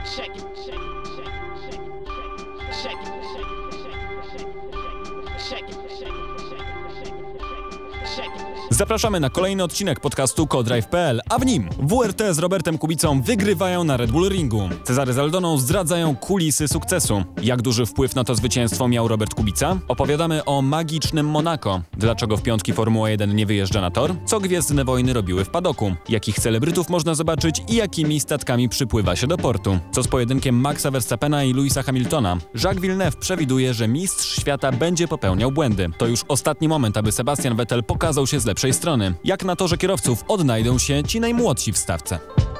Zapraszamy na kolejny odcinek podcastu Codrive.pl, a w nim WRT z Robertem Kubicą wygrywają na Red Bull Ringu. Cezary z Aldoną zdradzają kulisy sukcesu. Jak duży wpływ na to zwycięstwo miał Robert Kubica? Opowiadamy o magicznym Monako. Dlaczego w piątki Formuła 1 nie wyjeżdża na tor? Co Gwiezdne Wojny robiły w padoku? Jakich celebrytów można zobaczyć i jakimi statkami przypływa się do portu? Co z pojedynkiem Maxa Verstappena i Lewisa Hamiltona? Jacques Villeneuve przewiduje, że mistrz świata będzie popełniał błędy. To już ostatni moment, aby Sebastian Vettel pokazał się z lepszej strony. Jak na torze kierowców odnajdą się ci najmłodsi w stawce?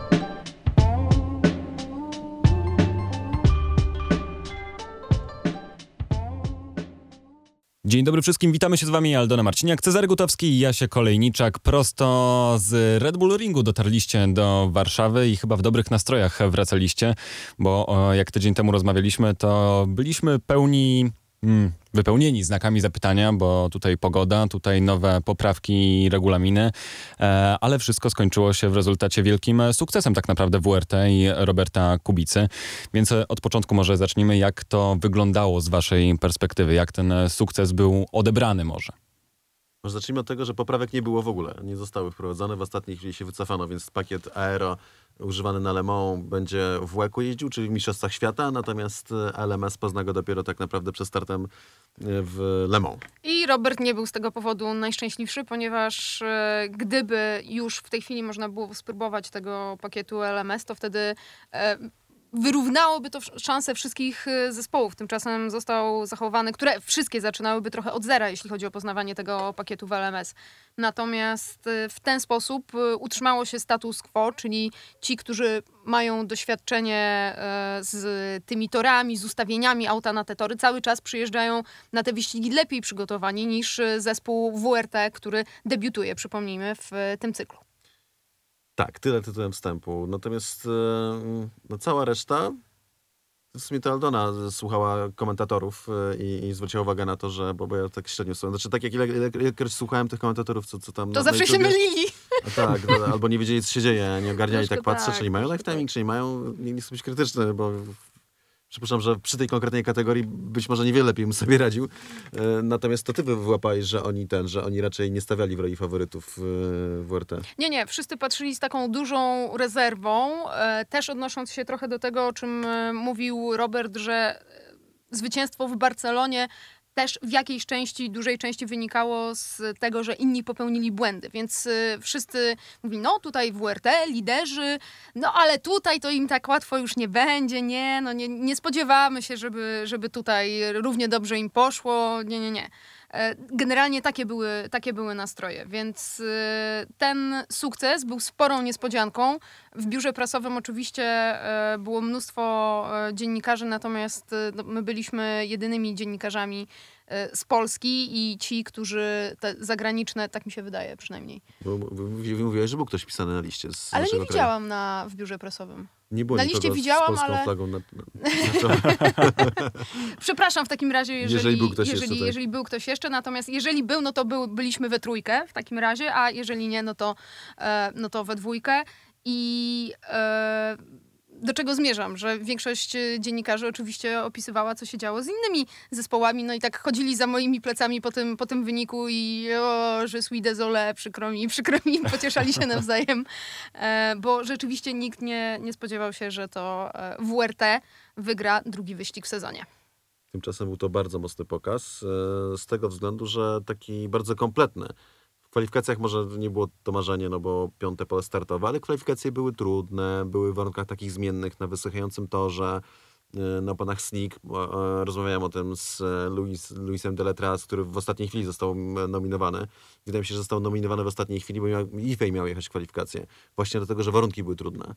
Dzień dobry wszystkim, witamy się z wami Aldona Marciniak, Cezary Gutowski i Jasie Kolejniczak. Prosto z Red Bull Ringu dotarliście do Warszawy i chyba w dobrych nastrojach wracaliście, bo jak tydzień temu rozmawialiśmy, to byliśmy wypełnieni znakami zapytania, bo tutaj pogoda, tutaj nowe poprawki i regulaminy, ale wszystko skończyło się w rezultacie wielkim sukcesem tak naprawdę WRT i Roberta Kubicy. Więc od początku może zacznijmy, jak to wyglądało z waszej perspektywy, jak ten sukces był odebrany może. Może zacznijmy od tego, że poprawek nie było w ogóle. Nie zostały wprowadzone. W ostatniej chwili się wycofano, więc pakiet Aero używany na Le Mans będzie w WEC-u jeździł, czyli w Mistrzostwach Świata, natomiast LMS pozna go dopiero tak naprawdę przed startem w Le Mans. I Robert nie był z tego powodu najszczęśliwszy, ponieważ gdyby już w tej chwili można było spróbować tego pakietu LMS, to wtedy wyrównałoby to szanse wszystkich zespołów. Tymczasem został zachowany, które wszystkie zaczynałyby trochę od zera, jeśli chodzi o poznawanie tego pakietu w LMS. Natomiast w ten sposób utrzymało się status quo, czyli ci, którzy mają doświadczenie z tymi torami, z ustawieniami auta na te tory, cały czas przyjeżdżają na te wyścigi lepiej przygotowani niż zespół WRT, który debiutuje, przypomnijmy, w tym cyklu. Tak, tyle tytułem wstępu. Natomiast cała reszta, w sumie to Aldona słuchała komentatorów i zwróciła uwagę na to, że, bo ja tak średnio słucham. Znaczy tak jak ilekroć słuchałem tych komentatorów, co tam... To zawsze się mylili. Tak, albo nie wiedzieli, co się dzieje, nie ogarniali, tak patrzę, tak, czy nie mają life timing, czy nie mają. Nie chcę być krytyczny, bo przypuszczam, że przy tej konkretnej kategorii być może niewiele lepiej bym sobie radził. Natomiast to ty wyłapałeś, że oni raczej nie stawiali w roli faworytów w WRT. Nie. Wszyscy patrzyli z taką dużą rezerwą, też odnosząc się trochę do tego, o czym mówił Robert, że zwycięstwo w Barcelonie też w jakiejś części, dużej części wynikało z tego, że inni popełnili błędy. Więc wszyscy mówili, no tutaj WRT, liderzy, no ale tutaj to im tak łatwo już nie będzie, nie spodziewamy się, żeby tutaj równie dobrze im poszło, nie. Generalnie takie były nastroje, więc ten sukces był sporą niespodzianką. W biurze prasowym oczywiście było mnóstwo dziennikarzy, natomiast my byliśmy jedynymi dziennikarzami z Polski i ci, którzy te zagraniczne, tak mi się wydaje przynajmniej. Bo mówiłeś, że był ktoś pisany na liście z ale naszego nie widziałam w biurze prasowym. Nie było na liście widziałam, z polską ale... flagą na Przepraszam w takim razie, jeżeli był ktoś jeszcze. Natomiast jeżeli był, no to byliśmy we trójkę w takim razie, a jeżeli nie, no to we dwójkę. I do czego zmierzam? Że większość dziennikarzy oczywiście opisywała, co się działo z innymi zespołami, no i tak chodzili za moimi plecami po tym wyniku i je suis désolé, przykro mi, pocieszali się nawzajem, bo rzeczywiście nikt nie spodziewał się, że to WRT wygra drugi wyścig w sezonie. Tymczasem był to bardzo mocny pokaz, z tego względu, że taki bardzo kompletny. W kwalifikacjach może nie było to marzenie, no bo 5. pole startowe, ale kwalifikacje były trudne, były w warunkach takich zmiennych, na wysychającym torze, na oponach slick. Rozmawiałem o tym z Luisem Deletraz, który w ostatniej chwili został nominowany. Wydaje mi się, że został nominowany w ostatniej chwili, bo Ifej miał jechać w kwalifikacje. Właśnie dlatego, że warunki były trudne.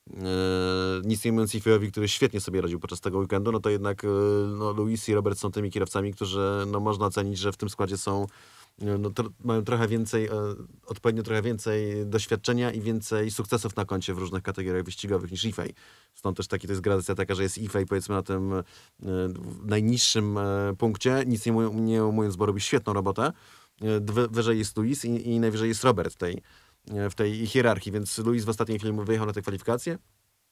Nic nie mówiąc Ifejowi, który świetnie sobie radził podczas tego weekendu, no to jednak Luis i Robert są tymi kierowcami, którzy można ocenić, że w tym składzie są mają trochę więcej, odpowiednio trochę więcej doświadczenia i więcej sukcesów na koncie w różnych kategoriach wyścigowych niż Ifej. Stąd też to jest gradacja taka, że jest Ifej powiedzmy na tym najniższym punkcie, nic nie mówiąc, bo robi świetną robotę. Wyżej jest Luis i najwyżej jest Robert w tej hierarchii, więc Luis w ostatniej chwili wyjechał na te kwalifikacje.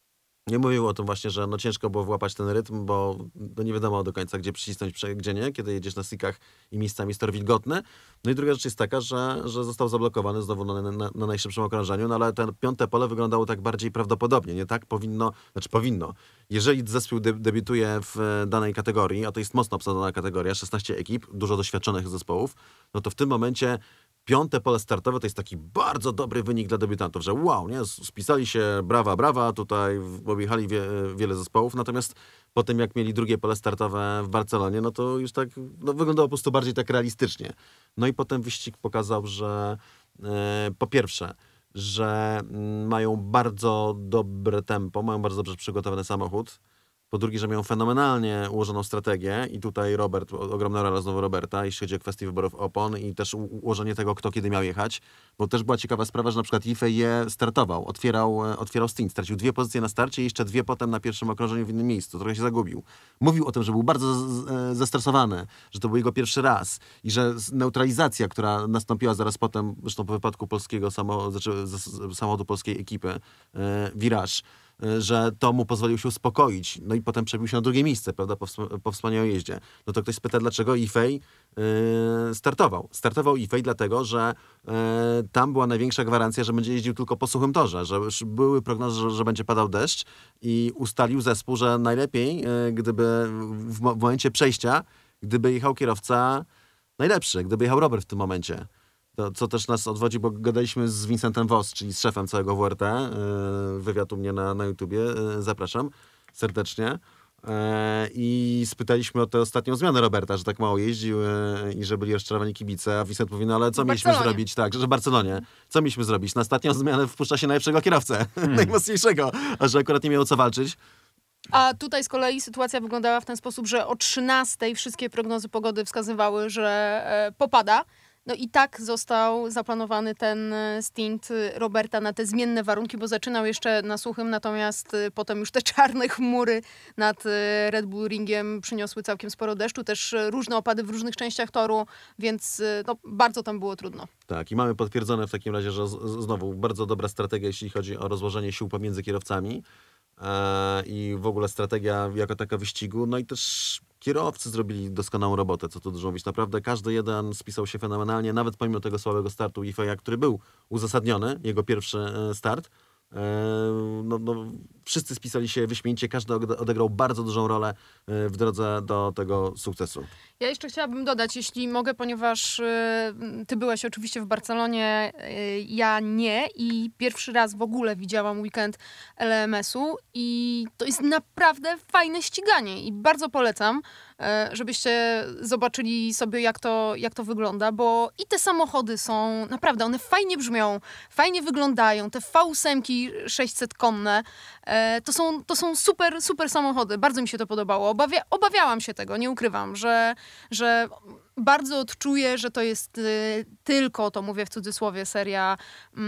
Nie mówił o tym właśnie, że no ciężko było włapać ten rytm, bo no nie wiadomo do końca, gdzie przycisnąć, gdzie nie, kiedy jedziesz na slickach i miejscami jest tor wilgotny. No i druga rzecz jest taka, że został zablokowany znowu na najszybszym okrążeniu, no ale to piąte pole wyglądało tak bardziej prawdopodobnie, nie tak? Powinno. Jeżeli zespół debiutuje w danej kategorii, a to jest mocno obsadzona kategoria, 16 ekip, dużo doświadczonych zespołów, no to w tym momencie piąte pole startowe to jest taki bardzo dobry wynik dla debiutantów, że wow, nie? Spisali się, brawa, tutaj objechali wiele zespołów, natomiast po tym jak mieli drugie pole startowe w Barcelonie, no to już tak wyglądało po prostu bardziej tak realistycznie. No i potem wyścig pokazał, że po pierwsze, że mają bardzo dobre tempo, mają bardzo dobrze przygotowany samochód. Po drugie, że mają fenomenalnie ułożoną strategię i tutaj Robert, ogromna rola znowu Roberta, jeśli chodzi o kwestię wyborów opon i też ułożenie tego, kto kiedy miał jechać, bo też była ciekawa sprawa, że na przykład Yifei startował, otwierał stint, stracił 2 pozycje na starcie i jeszcze 2 potem na pierwszym okrążeniu w innym miejscu, trochę się zagubił. Mówił o tym, że był bardzo zestresowany, że to był jego pierwszy raz i że neutralizacja, która nastąpiła zaraz potem, zresztą po wypadku polskiego samochodu polskiej ekipy, Virage, że to mu pozwolił się uspokoić. No i potem przebił się na drugie miejsce, prawda, po wspaniałej jeździe. No to ktoś spyta, dlaczego Yifei startował. Startował Yifei dlatego, że tam była największa gwarancja, że będzie jeździł tylko po suchym torze, że były prognozy, że będzie padał deszcz i ustalił zespół, że najlepiej, gdyby w momencie przejścia, gdyby jechał kierowca najlepszy, gdyby jechał Robert w tym momencie. To, co też nas odwodzi, bo gadaliśmy z Vincentem Voss, czyli z szefem całego WRT, wywiad u mnie na YouTubie, zapraszam serdecznie. I spytaliśmy o tę ostatnią zmianę Roberta, że tak mało jeździł i że byli rozczarowani kibice, a Vincent mówi, no ale co mieliśmy zrobić? Tak, że w Barcelonie. Co mieliśmy zrobić? Na ostatnią zmianę wpuszcza się najlepszego kierowcę, najmocniejszego, a że akurat nie miał co walczyć. A tutaj z kolei sytuacja wyglądała w ten sposób, że o 13:00 wszystkie prognozy pogody wskazywały, że popada. No i tak został zaplanowany ten stint Roberta na te zmienne warunki, bo zaczynał jeszcze na suchym, natomiast potem już te czarne chmury nad Red Bull Ringiem przyniosły całkiem sporo deszczu, też różne opady w różnych częściach toru, więc no, bardzo tam było trudno. Tak, i mamy potwierdzone w takim razie, że znowu bardzo dobra strategia, jeśli chodzi o rozłożenie sił pomiędzy kierowcami i w ogóle strategia jako taka wyścigu, no i też kierowcy zrobili doskonałą robotę, co tu dużo mówić. Naprawdę każdy jeden spisał się fenomenalnie, nawet pomimo tego słabego startu Yifei, który był uzasadniony, jego pierwszy start. Wszyscy spisali się wyśmienicie, każdy odegrał bardzo dużą rolę w drodze do tego sukcesu. Ja jeszcze chciałabym dodać, jeśli mogę, ponieważ ty byłeś oczywiście w Barcelonie, ja nie i pierwszy raz w ogóle widziałam weekend LMS-u i to jest naprawdę fajne ściganie i bardzo polecam, żebyście zobaczyli sobie, jak to wygląda, bo i te samochody są, naprawdę, one fajnie brzmią, fajnie wyglądają, te V8 600-konne, to są super samochody, bardzo mi się to podobało, obawiałam się tego, nie ukrywam, że bardzo odczuję, że to jest tylko, to mówię w cudzysłowie, seria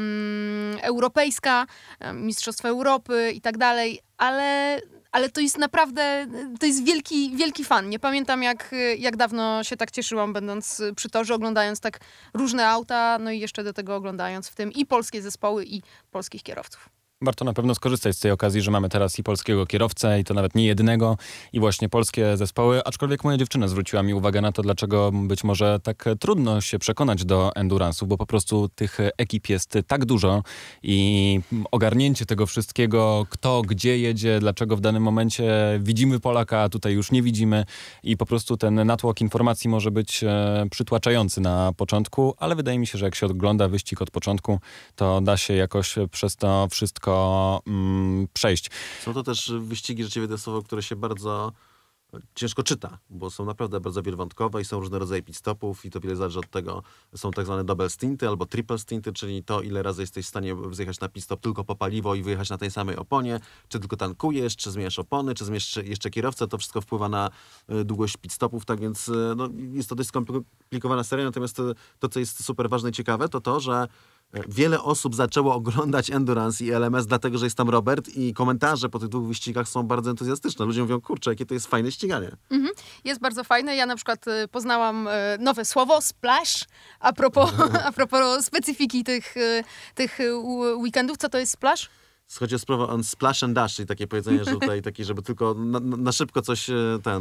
europejska, Mistrzostwa Europy i tak dalej, ale to jest naprawdę, to jest wielki fan. Nie pamiętam, jak dawno się tak cieszyłam, będąc przy torze, oglądając tak różne auta, no i jeszcze do tego oglądając w tym i polskie zespoły, i polskich kierowców. Warto na pewno skorzystać z tej okazji, że mamy teraz i polskiego kierowcę, i to nawet nie jednego, i właśnie polskie zespoły. Aczkolwiek moja dziewczyna zwróciła mi uwagę na to, dlaczego być może tak trudno się przekonać do endurance'u, bo po prostu tych ekip jest tak dużo i ogarnięcie tego wszystkiego, kto gdzie jedzie, dlaczego w danym momencie widzimy Polaka, a tutaj już nie widzimy i po prostu ten natłok informacji może być przytłaczający na początku, ale wydaje mi się, że jak się ogląda wyścig od początku, to da się jakoś przez to wszystko przejść. Są to też wyścigi rzeczywiście słowo, które się bardzo ciężko czyta, bo są naprawdę bardzo wielowątkowe i są różne rodzaje pit-stopów i to wiele zależy od tego. Są tak zwane double stinty albo triple stinty, czyli to, ile razy jesteś w stanie zjechać na pit-stop tylko po paliwo i wyjechać na tej samej oponie, czy tylko tankujesz, czy zmieniasz opony, czy zmieniasz jeszcze kierowcę. To wszystko wpływa na długość pit-stopów, tak więc no, jest to dość skomplikowana seria, natomiast to, co jest super ważne i ciekawe, to, że wiele osób zaczęło oglądać Endurance i LMS, dlatego że jest tam Robert i komentarze po tych dwóch wyścigach są bardzo entuzjastyczne. Ludzie mówią, kurczę, jakie to jest fajne ściganie. Jest bardzo fajne. Ja na przykład poznałam nowe słowo, splash, a propos specyfiki tych weekendów. Co to jest splash? chodzi o sprawę on splash and dash, czyli takie powiedzenie, że tutaj taki, żeby tylko na szybko coś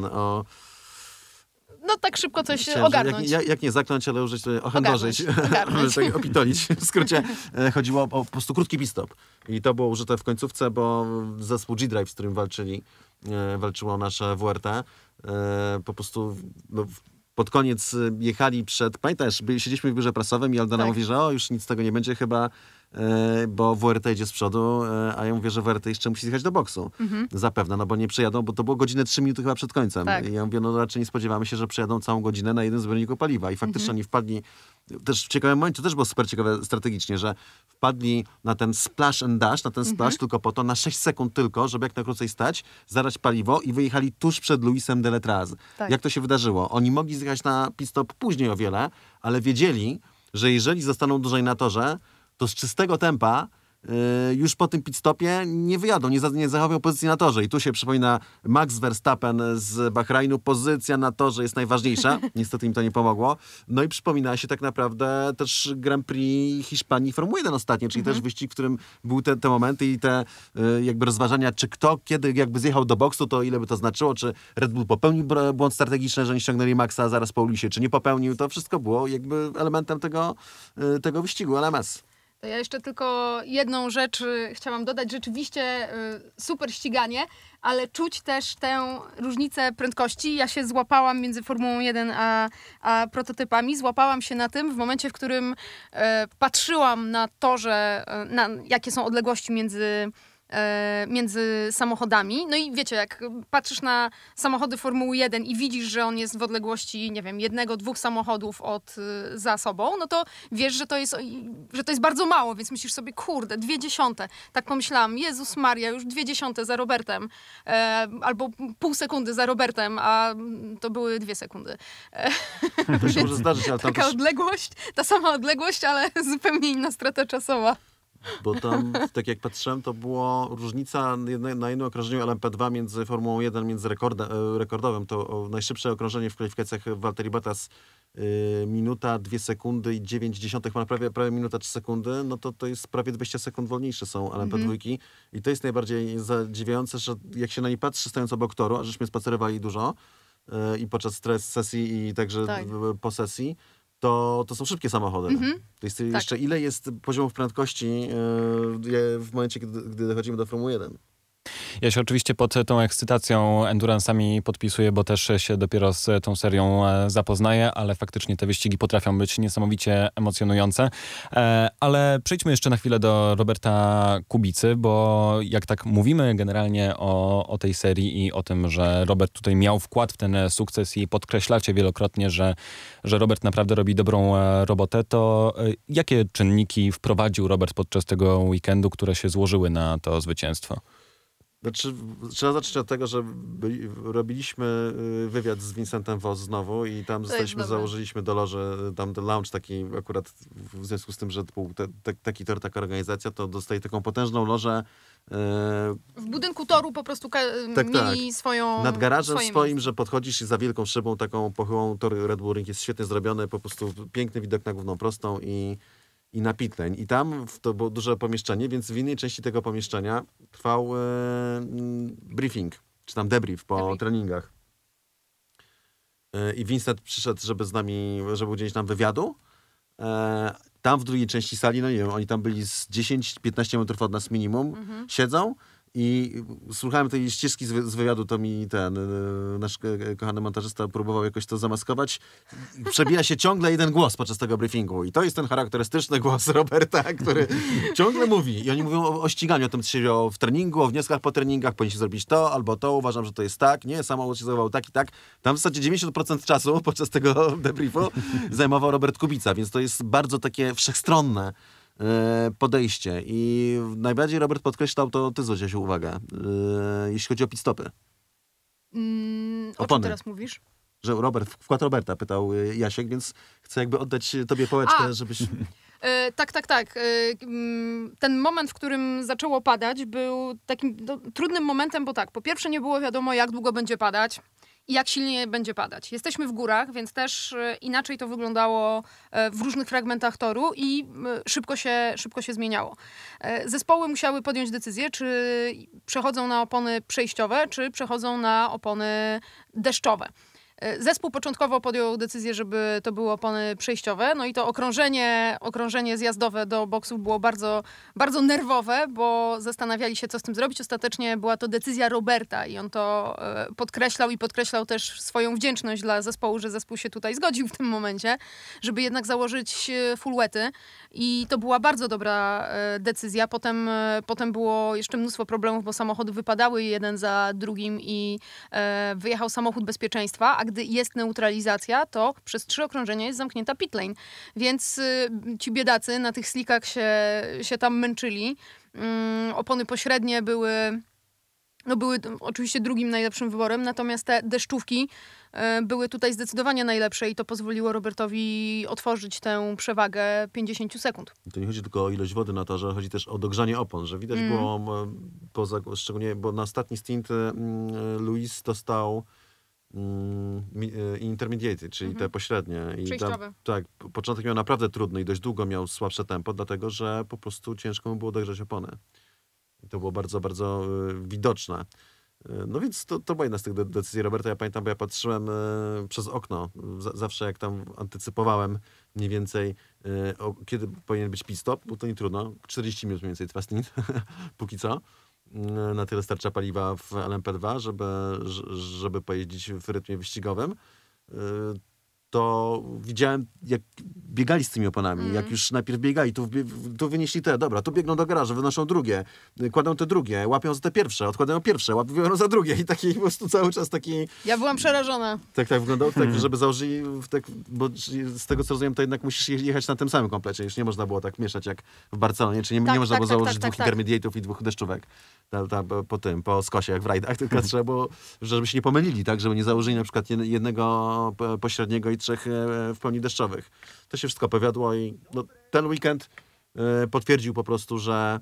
No tak szybko coś chciałem, ogarnąć. Jak nie zakląć, ale użyć ochędożyć, Ogarnąć. tak opitolić. W skrócie chodziło o po prostu krótki pit stop. I to było użyte w końcówce, bo zespół G-Drive, z którym walczyło nasze WRT, po prostu pod koniec jechali pamiętasz, siedzieliśmy w biurze prasowym i Aldona mówi, że już nic z tego nie będzie chyba, bo WRT idzie z przodu, a ja mówię, że WRT jeszcze musi jechać do boksu. Zapewne, no bo nie przejadą, bo to było godzinę 3 minuty chyba przed końcem. Tak. I ja mówię, no raczej nie spodziewamy się, że przejadą całą godzinę na jeden zbiorniku paliwa. I faktycznie oni wpadli, też w ciekawym momencie, to też było super ciekawe strategicznie, że wpadli na ten splash and dash, na ten splash tylko po to, na 6 sekund tylko, żeby jak najkrócej stać, zarać paliwo i wyjechali tuż przed Luisem de Letraz. Tak. Jak to się wydarzyło? Oni mogli zjechać na pit stop później o wiele, ale wiedzieli, że jeżeli zostaną dłużej na torze, to z czystego tempa już po tym pit stopie nie wyjadą, nie zachowają pozycji na torze. I tu się przypomina Max Verstappen z Bahrajnu. Pozycja na torze jest najważniejsza. Niestety im to nie pomogło. No i przypomina się tak naprawdę też Grand Prix Hiszpanii Formuły 1 ostatnio, czyli też wyścig, w którym były te momenty i te jakby rozważania, czy kto, kiedy jakby zjechał do boksu, to ile by to znaczyło, czy Red Bull popełnił błąd strategiczny, że nie ściągnęli Maxa zaraz po Luisie, czy nie popełnił. To wszystko było jakby elementem tego wyścigu LMS. To ja jeszcze tylko jedną rzecz chciałam dodać. Rzeczywiście super ściganie, ale czuć też tę różnicę prędkości. Ja się złapałam między Formułą 1 a prototypami. Złapałam się na tym w momencie, w którym patrzyłam na torze, jakie są odległości między samochodami. No i wiecie, jak patrzysz na samochody Formuły 1 i widzisz, że on jest w odległości, nie wiem, 1-2 samochodów za sobą, no to wiesz, że to jest bardzo mało, więc myślisz sobie, kurde, 0,2. Tak pomyślałam, Jezus Maria, już 0,2 za Robertem, albo pół sekundy za Robertem, a to były 2 sekundy. To się może zdarzyć, ale tam taka odległość, ta sama odległość, ale zupełnie inna strata czasowa. Bo tam, tak jak patrzyłem, to była różnica na jednym okrążeniu LMP2 między Formułą 1, między rekordowym. To najszybsze okrążenie w kwalifikacjach Valtteri Bottas minuta, 2 sekundy i 9 dziesiątych, prawie minuta 3 sekundy, no to jest prawie 20 sekund wolniejsze są LMP2. I to jest najbardziej zadziwiające, że jak się na nie patrzy, stojąc obok toru, a żeśmy spacerowali dużo i podczas sesji i także po sesji, to są szybkie samochody. To jest jeszcze ile jest poziomów prędkości w momencie, gdy dochodzimy do Formuły 1. Ja się oczywiście pod tą ekscytacją endurance'ami podpisuję, bo też się dopiero z tą serią zapoznaję, ale faktycznie te wyścigi potrafią być niesamowicie emocjonujące. Ale przejdźmy jeszcze na chwilę do Roberta Kubicy, bo jak tak mówimy generalnie o tej serii i o tym, że Robert tutaj miał wkład w ten sukces i podkreślacie wielokrotnie, że Robert naprawdę robi dobrą robotę, to jakie czynniki wprowadził Robert podczas tego weekendu, które się złożyły na to zwycięstwo? Znaczy, trzeba zacząć od tego, że robiliśmy wywiad z Vincentem Voss znowu i tam założyliśmy do loży, tam ten lounge taki akurat w związku z tym, że był taki tor, taka organizacja, to dostaje taką potężną lożę. W budynku toru po prostu mieli swoją... Nad garażem swoim, że podchodzisz i za wielką szybą, taką pochyłą, tor Red Bull Ring jest świetnie zrobiony, po prostu piękny widok na główną prostą i na pit lane. I tam to było duże pomieszczenie, więc w innej części tego pomieszczenia trwał briefing, czy tam debrief po treningach. I Vincent przyszedł, żeby udzielić nam wywiadu. Tam w drugiej części sali, no nie wiem, oni tam byli z 10-15 metrów od nas minimum, siedzą i słuchałem tej ścieżki z wywiadu, to mi nasz kochany montażysta próbował jakoś to zamaskować. Przebija się ciągle jeden głos podczas tego briefingu i to jest ten charakterystyczny głos Roberta, który ciągle mówi. I oni mówią o ściganiu, o tym, co się dzieje w treningu, o wnioskach po treningach, powinniście zrobić to albo to, uważam, że to jest tak. Nie, samochód się zachował tak i tak. Tam w zasadzie 90% czasu podczas tego debriefu zajmował Robert Kubica, więc to jest bardzo takie wszechstronne podejście. I najbardziej Robert podkreślał, to ty zwróciłeś uwagę, jeśli chodzi o pit stopy. O czym teraz mówisz? Że wkład Roberta, pytał Jasiek, więc chcę jakby oddać tobie pałeczkę, żebyś... Tak. Ten moment, w którym zaczęło padać, był takim trudnym momentem, bo po pierwsze nie było wiadomo, jak długo będzie padać. i jak silnie będzie padać. Jesteśmy w górach, więc też inaczej to wyglądało w różnych fragmentach toru i szybko się zmieniało. Zespoły musiały podjąć decyzję, czy przechodzą na opony przejściowe, czy przechodzą na opony deszczowe. Zespół początkowo podjął decyzję, żeby to były opony przejściowe, no i to okrążenie zjazdowe do boksów było bardzo, bardzo nerwowe, bo zastanawiali się, co z tym zrobić. Ostatecznie była to decyzja Roberta i on to podkreślał też swoją wdzięczność dla zespołu, że zespół się tutaj zgodził w tym momencie, żeby jednak założyć full wety i to była bardzo dobra decyzja. Potem było jeszcze mnóstwo problemów, bo samochody wypadały jeden za drugim i wyjechał samochód bezpieczeństwa, a gdy jest neutralizacja, to przez 3 okrążenia jest zamknięta pit lane. Więc ci biedacy na tych slickach się tam męczyli. Opony pośrednie były oczywiście drugim najlepszym wyborem, natomiast te deszczówki były tutaj zdecydowanie najlepsze i to pozwoliło Robertowi otworzyć tę przewagę 50 sekund. To nie chodzi tylko o ilość wody na torze, chodzi też o dogrzanie opon, że widać było, szczególnie, bo na ostatni stint Luis dostał intermediate, czyli te pośrednie. I tam, tak, początek miał naprawdę trudny i dość długo miał słabsze tempo, dlatego że po prostu ciężko mu było dogrzać opony. I to było bardzo, bardzo widoczne. No więc to była jedna z tych decyzji Roberta. Ja pamiętam, bo ja patrzyłem przez okno. Zawsze jak tam antycypowałem mniej więcej, kiedy powinien być pit stop, bo to nie trudno. 40 minut mniej więcej trwa stint, póki co. Na tyle starcza paliwa w LMP2, żeby pojeździć w rytmie wyścigowym. To widziałem, jak biegali z tymi oponami. Jak już najpierw biegali, tu wynieśli te, dobra, tu biegną do garażu, wynoszą drugie, kładą te drugie, łapią za te pierwsze, odkładają pierwsze, łapią za drugie i taki po prostu cały czas taki... Ja byłam przerażona. Tak wyglądało, tak, żeby założyli, bo z tego co rozumiem, to jednak musisz jechać na tym samym komplecie. Już nie można było tak mieszać jak w Barcelonie, czyli nie można było założyć dwóch intermediatów i 2 deszczówek po skosie, jak w rajdach, tylko trzeba było, żeby się nie pomylili, tak, żeby nie założyli na przykład jednego pośredniego i 3 w pełni deszczowych. To się wszystko powiodło i ten weekend potwierdził po prostu, że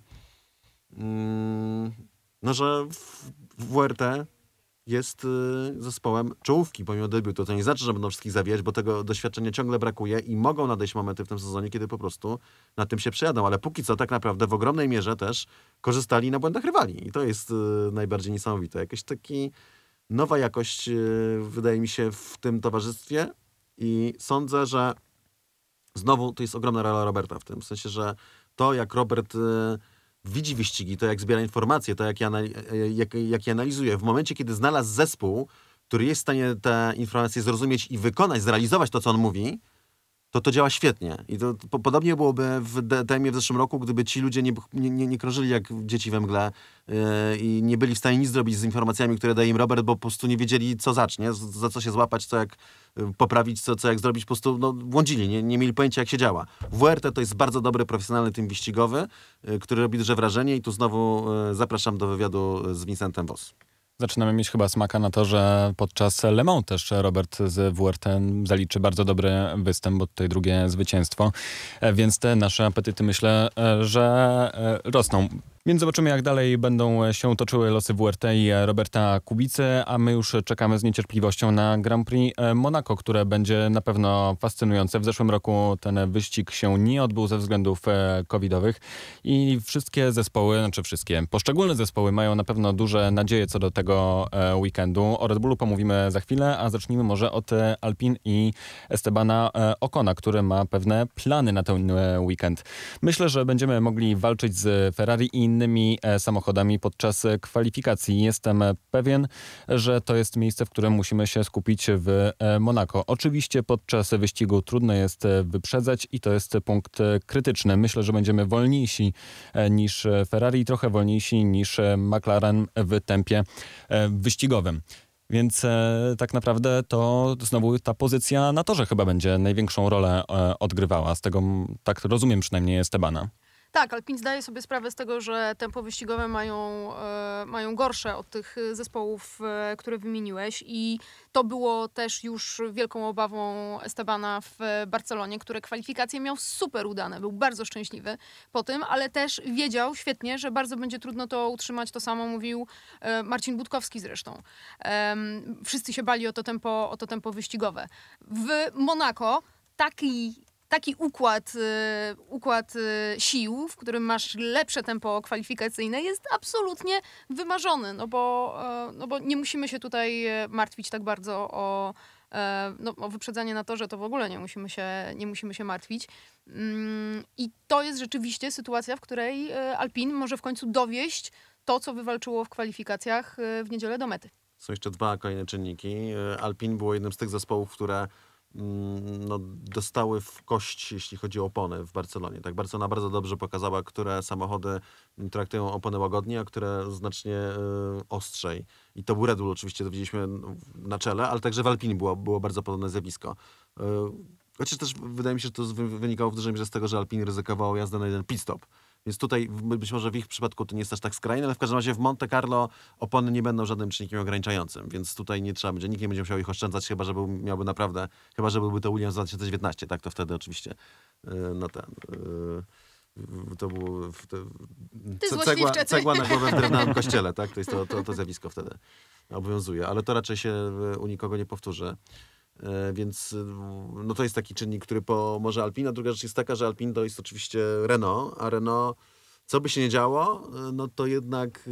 że WRT jest zespołem czołówki pomimo debiutu. To nie znaczy, że będą wszystkich zawijać, bo tego doświadczenia ciągle brakuje i mogą nadejść momenty w tym sezonie, kiedy po prostu na tym się przejadą. Ale póki co tak naprawdę w ogromnej mierze też korzystali na błędach rywali. I to jest najbardziej niesamowite. Jakaś taki nowa jakość wydaje mi się w tym towarzystwie i sądzę, że znowu to jest ogromna rola Roberta w tym. W sensie, że to jak Robert widzi wyścigi, to jak zbiera informacje, to jak je analizuje. W momencie, kiedy znalazł zespół, który jest w stanie te informacje zrozumieć i wykonać, zrealizować to, co on mówi, to działa świetnie. I to podobnie byłoby w DTM-ie w zeszłym roku, gdyby ci ludzie nie krążyli jak dzieci we mgle i nie byli w stanie nic zrobić z informacjami, które daje im Robert, bo po prostu nie wiedzieli, co zacznie, za co się złapać, co jak poprawić, co jak zrobić, po prostu błądzili, nie mieli pojęcia, jak się działa. WRT to jest bardzo dobry, profesjonalny team wyścigowy, który robi duże wrażenie i tu znowu zapraszam do wywiadu z Vincentem Voss. Zaczynamy mieć chyba smaka na to, że podczas Le Mans też Robert z WRT zaliczy bardzo dobry występ, bo tutaj drugie zwycięstwo, więc te nasze apetyty myślę, że rosną. Więc zobaczymy, jak dalej będą się toczyły losy WRT i Roberta Kubicy, a my już czekamy z niecierpliwością na Grand Prix Monaco, które będzie na pewno fascynujące. W zeszłym roku ten wyścig się nie odbył ze względów covidowych i poszczególne zespoły mają na pewno duże nadzieje co do tego weekendu. O Red Bullu pomówimy za chwilę, a zacznijmy może od Alpine i Estebana Ocona, który ma pewne plany na ten weekend. Myślę, że będziemy mogli walczyć z Ferrari i innymi samochodami podczas kwalifikacji. Jestem pewien, że to jest miejsce, w którym musimy się skupić w Monako. Oczywiście podczas wyścigu trudno jest wyprzedzać i to jest punkt krytyczny. Myślę, że będziemy wolniejsi niż Ferrari i trochę wolniejsi niż McLaren w tempie wyścigowym. Więc tak naprawdę to znowu ta pozycja na torze chyba będzie największą rolę odgrywała. Z tego tak rozumiem przynajmniej Estebana. Tak, Alpine zdaje sobie sprawę z tego, że tempo wyścigowe mają gorsze od tych zespołów, które wymieniłeś i to było też już wielką obawą Estebana w Barcelonie, które kwalifikacje miał super udane, był bardzo szczęśliwy po tym, ale też wiedział świetnie, że bardzo będzie trudno to utrzymać, to samo mówił Marcin Budkowski zresztą. Wszyscy się bali o to tempo wyścigowe. W Monako taki układ sił, w którym masz lepsze tempo kwalifikacyjne, jest absolutnie wymarzony, no bo nie musimy się tutaj martwić tak bardzo o wyprzedzanie na torze, to w ogóle nie musimy się martwić. I to jest rzeczywiście sytuacja, w której Alpine może w końcu dowieść to, co wywalczyło w kwalifikacjach w niedzielę do mety. Są jeszcze dwa kolejne czynniki. Alpine było jednym z tych zespołów, które dostały w kość, jeśli chodzi o opony w Barcelonie. Tak, Barcelona bardzo dobrze pokazała, które samochody traktują opony łagodnie, a które znacznie ostrzej. I to był Red Bull oczywiście, to widzieliśmy na czele, ale także w Alpine było bardzo podobne zjawisko. Chociaż też wydaje mi się, że to wynikało w dużej mierze z tego, że Alpine ryzykowało jazdę na jeden pit stop. Więc tutaj być może w ich przypadku to nie jest aż tak skrajne, ale w każdym razie w Monte Carlo opony nie będą żadnym czynnikiem ograniczającym, więc tutaj nie trzeba będzie, nikt nie będzie musiał ich oszczędzać, chyba że byłby to Williams 2019, tak, to wtedy oczywiście to było cegła na głowę w drewnianym kościele, tak, to jest to zjawisko wtedy obowiązuje, ale to raczej się u nikogo nie powtórzy. Więc to jest taki czynnik, który pomoże Alpine. A druga rzecz jest taka, że Alpine to jest oczywiście Renault, a Renault, co by się nie działo, to jednak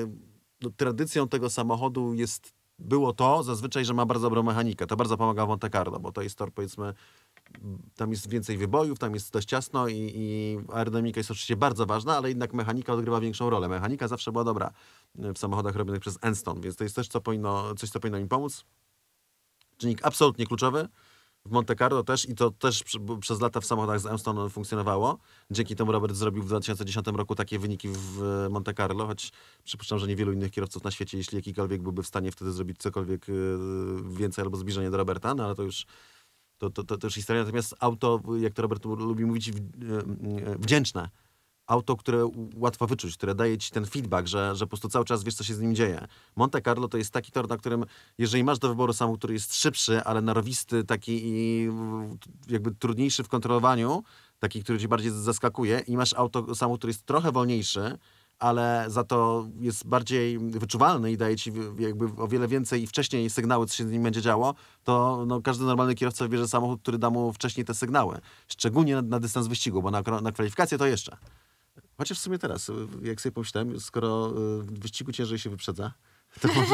tradycją tego samochodu było to zazwyczaj, że ma bardzo dobrą mechanikę. To bardzo pomaga w Monte Carlo, bo to jest tor, powiedzmy, tam jest więcej wybojów, tam jest dość ciasno i aerodynamika jest oczywiście bardzo ważna, ale jednak mechanika odgrywa większą rolę. Mechanika zawsze była dobra w samochodach robionych przez Enstone, więc to jest też coś, co powinno im pomóc. Czynnik absolutnie kluczowy. W Monte Carlo też i to też przez lata w samochodach z Enstone funkcjonowało. Dzięki temu Robert zrobił w 2010 roku takie wyniki w Monte Carlo, choć przypuszczam, że niewielu innych kierowców na świecie, jeśli jakikolwiek byłby w stanie wtedy zrobić cokolwiek więcej albo zbliżenie do Roberta, ale to już historia. Natomiast auto, jak to Robert lubi mówić, wdzięczne. Auto, które łatwo wyczuć, które daje ci ten feedback, że po prostu cały czas wiesz, co się z nim dzieje. Monte Carlo to jest taki tor, na którym, jeżeli masz do wyboru samochód, który jest szybszy, ale narowisty, taki i jakby trudniejszy w kontrolowaniu, taki, który cię bardziej zaskakuje, i masz samochód, który jest trochę wolniejszy, ale za to jest bardziej wyczuwalny i daje ci jakby o wiele więcej i wcześniej sygnały, co się z nim będzie działo, to każdy normalny kierowca wybierze samochód, który da mu wcześniej te sygnały. Szczególnie na dystans wyścigu, bo na kwalifikację to jeszcze. Chociaż w sumie teraz, jak sobie pomyślałem, skoro w wyścigu ciężej się wyprzedza, to może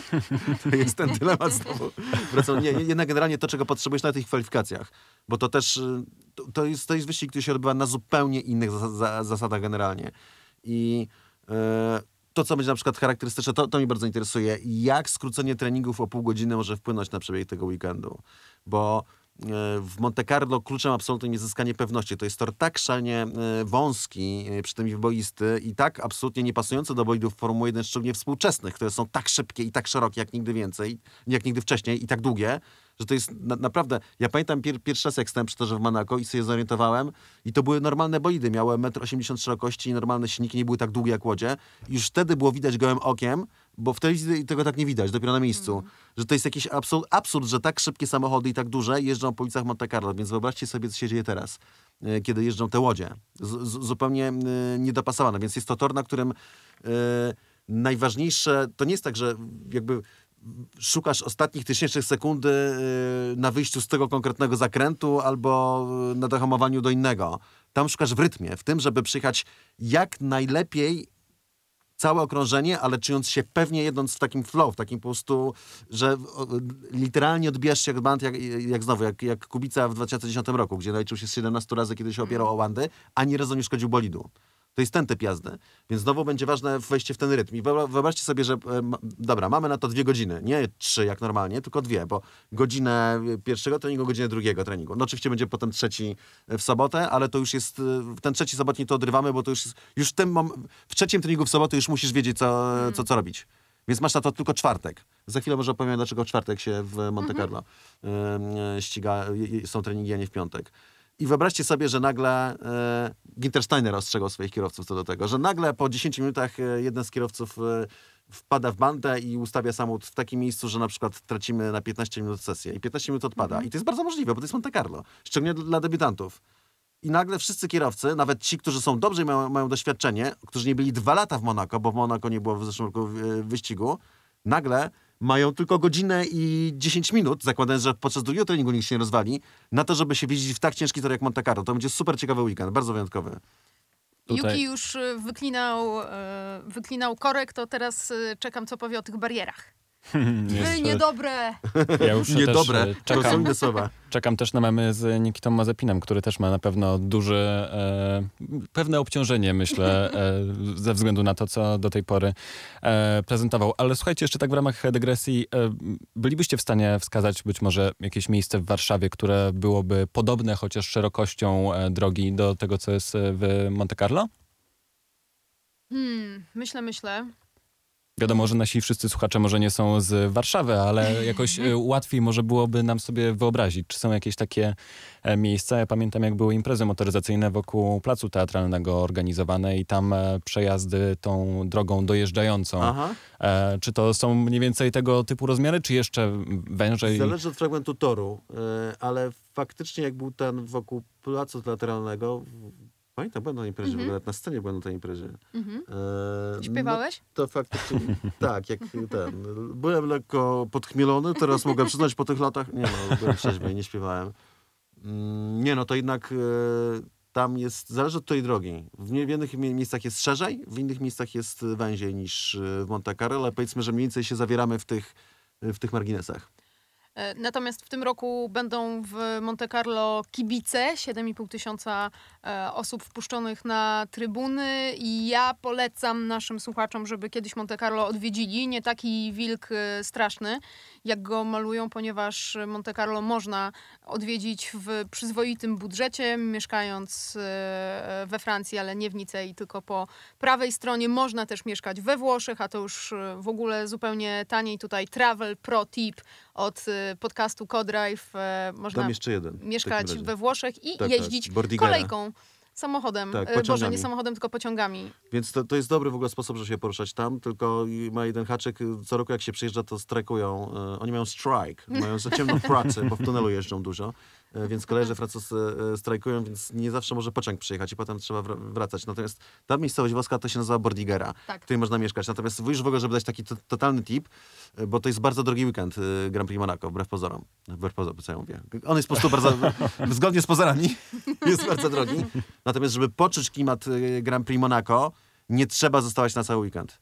to jest ten dylemat znowu. Jednak generalnie to, czego potrzebujesz na tych kwalifikacjach, bo to też to jest wyścig, który się odbywa na zupełnie innych zasadach generalnie. I to, co będzie na przykład charakterystyczne, to mnie bardzo interesuje, jak skrócenie treningów o pół godziny może wpłynąć na przebieg tego weekendu. Bo w Monte Carlo kluczem absolutnym jest zyskanie pewności. To jest tor tak szalenie wąski, przy tym i wyboisty, i tak absolutnie niepasujący do bolidów Formuły 1, szczególnie współczesnych, które są tak szybkie i tak szerokie jak nigdy wcześniej i tak długie, że to jest naprawdę... Ja pamiętam pierwszy raz, jak stałem przy torze w Monako i sobie zorientowałem, i to były normalne bolidy, miały 1,80 m szerokości i normalne silniki, nie były tak długie jak łodzie. Już wtedy było widać gołym okiem, bo w telewizji tego tak nie widać, dopiero na miejscu, że to jest jakiś absurd, że tak szybkie samochody i tak duże jeżdżą po ulicach Monte Carlo, więc wyobraźcie sobie, co się dzieje teraz, kiedy jeżdżą te łodzie. Zupełnie niedopasowane, więc jest to tor, na którym najważniejsze, to nie jest tak, że jakby szukasz ostatnich tysięcznych sekundy na wyjściu z tego konkretnego zakrętu albo na dohamowaniu do innego. Tam szukasz w rytmie, w tym, żeby przyjechać jak najlepiej całe okrążenie, ale czując się pewnie, jedąc w takim flow, w takim po prostu, że literalnie odbijasz się jak band, jak Kubica w 2010 roku, gdzie naliczył się z 17 razy, kiedy się opierał o łandy, ani razu nie szkodził bolidu. To jest ten typ jazdy. Więc znowu będzie ważne wejście w ten rytm. I wyobraźcie sobie, że dobra, mamy na to 2 godziny. Nie 3 jak normalnie, tylko 2, bo godzinę pierwszego treningu, godzinę drugiego treningu. No oczywiście będzie potem trzeci w sobotę, ale to już jest, ten trzeci sobotni to odrywamy, bo to już w trzecim treningu w sobotę już musisz wiedzieć, co robić. Więc masz na to tylko czwartek. Za chwilę może opowiem, dlaczego w czwartek się w Monte Carlo ściga, są treningi, a nie w piątek. I wyobraźcie sobie, że nagle Günther Steiner ostrzegał swoich kierowców co do tego, że nagle po 10 minutach jeden z kierowców wpada w bandę i ustawia samochód w takim miejscu, że na przykład tracimy na 15 minut sesję i 15 minut odpada. I to jest bardzo możliwe, bo to jest Monte Carlo. Szczególnie dla debiutantów. I nagle wszyscy kierowcy, nawet ci, którzy są dobrzy i mają doświadczenie, którzy nie byli 2 lata w Monako, bo w Monako nie było w zeszłym roku wyścigu, nagle mają tylko godzinę i 10 minut, zakładając, że podczas drugiego treningu nikt się nie rozwali, na to, żeby się wiedzieć w tak ciężki tor jak Monte Carlo. To będzie super ciekawy weekend, bardzo wyjątkowy. Yuki już wyklinał korek, to teraz czekam, co powie o tych barierach. Niedobre! Ja już Niedobre, też to są inne słowa. czekam też na memy z Nikitą Mazepinem, który też ma na pewno duże, pewne obciążenie, myślę, ze względu na to, co do tej pory prezentował. Ale słuchajcie, jeszcze tak w ramach dygresji, bylibyście w stanie wskazać być może jakieś miejsce w Warszawie, które byłoby podobne chociaż szerokością drogi do tego, co jest w Monte Carlo? Myślę. Wiadomo, że nasi wszyscy słuchacze może nie są z Warszawy, ale jakoś łatwiej może byłoby nam sobie wyobrazić, czy są jakieś takie miejsca. Ja pamiętam, jak były imprezy motoryzacyjne wokół Placu Teatralnego organizowane i tam przejazdy tą drogą dojeżdżającą. Aha. Czy to są mniej więcej tego typu rozmiary, czy jeszcze wężej? Zależy od fragmentu toru, ale faktycznie jak był ten wokół Placu Teatralnego, pamiętam, byłem na imprezie, w ogóle nawet na scenie byłem na tej imprezie. Śpiewałeś? No, to faktycznie, tak, jak ten. Byłem lekko podchmielony, teraz mogę przyznać po tych latach. Nie no, byłem trzeźwy, nie śpiewałem. Nie no, to jednak tam jest, zależy od tej drogi. W jednych miejscach jest szerzej, w innych miejscach jest węziej niż w Monte Carlo, ale powiedzmy, że mniej więcej się zawieramy w tych marginesach. Natomiast w tym roku będą w Monte Carlo kibice, 7,5 tysiąca osób wpuszczonych na trybuny i ja polecam naszym słuchaczom, żeby kiedyś Monte Carlo odwiedzili. Nie taki wilk straszny, jak go malują, ponieważ Monte Carlo można odwiedzić w przyzwoitym budżecie, mieszkając we Francji, ale nie w Nicei, tylko po prawej stronie. Można też mieszkać we Włoszech, a to już w ogóle zupełnie taniej. Tutaj Travel Pro Tip od podcastu Codrive. Można Tam jeszcze jeden. mieszkać we Włoszech i Tak, jeździć Bordigera. kolejką, samochodem. Tak, Boże, pociągami. nie samochodem, tylko pociągami. Więc to jest dobry w ogóle sposób, żeby się poruszać tam, tylko ma jeden haczyk. Co roku jak się przyjeżdża, to strajkują. Oni mają strike, mają za ciemną pracę, bo w tunelu jeżdżą dużo. Więc koledzy francuscy strajkują, więc nie zawsze może pociąg przyjechać i potem trzeba wracać. Natomiast ta miejscowość włoska to się nazywa Bordigera, Tak. w której można mieszkać. Natomiast już w ogóle, żeby dać taki totalny tip, bo to jest bardzo drogi weekend Grand Prix Monaco, wbrew pozorom. Wbrew pozorom, co ja mówię. On jest po prostu bardzo, zgodnie z pozorami, jest bardzo drogi. Natomiast, żeby poczuć klimat Grand Prix Monaco, nie trzeba zostawać na cały weekend.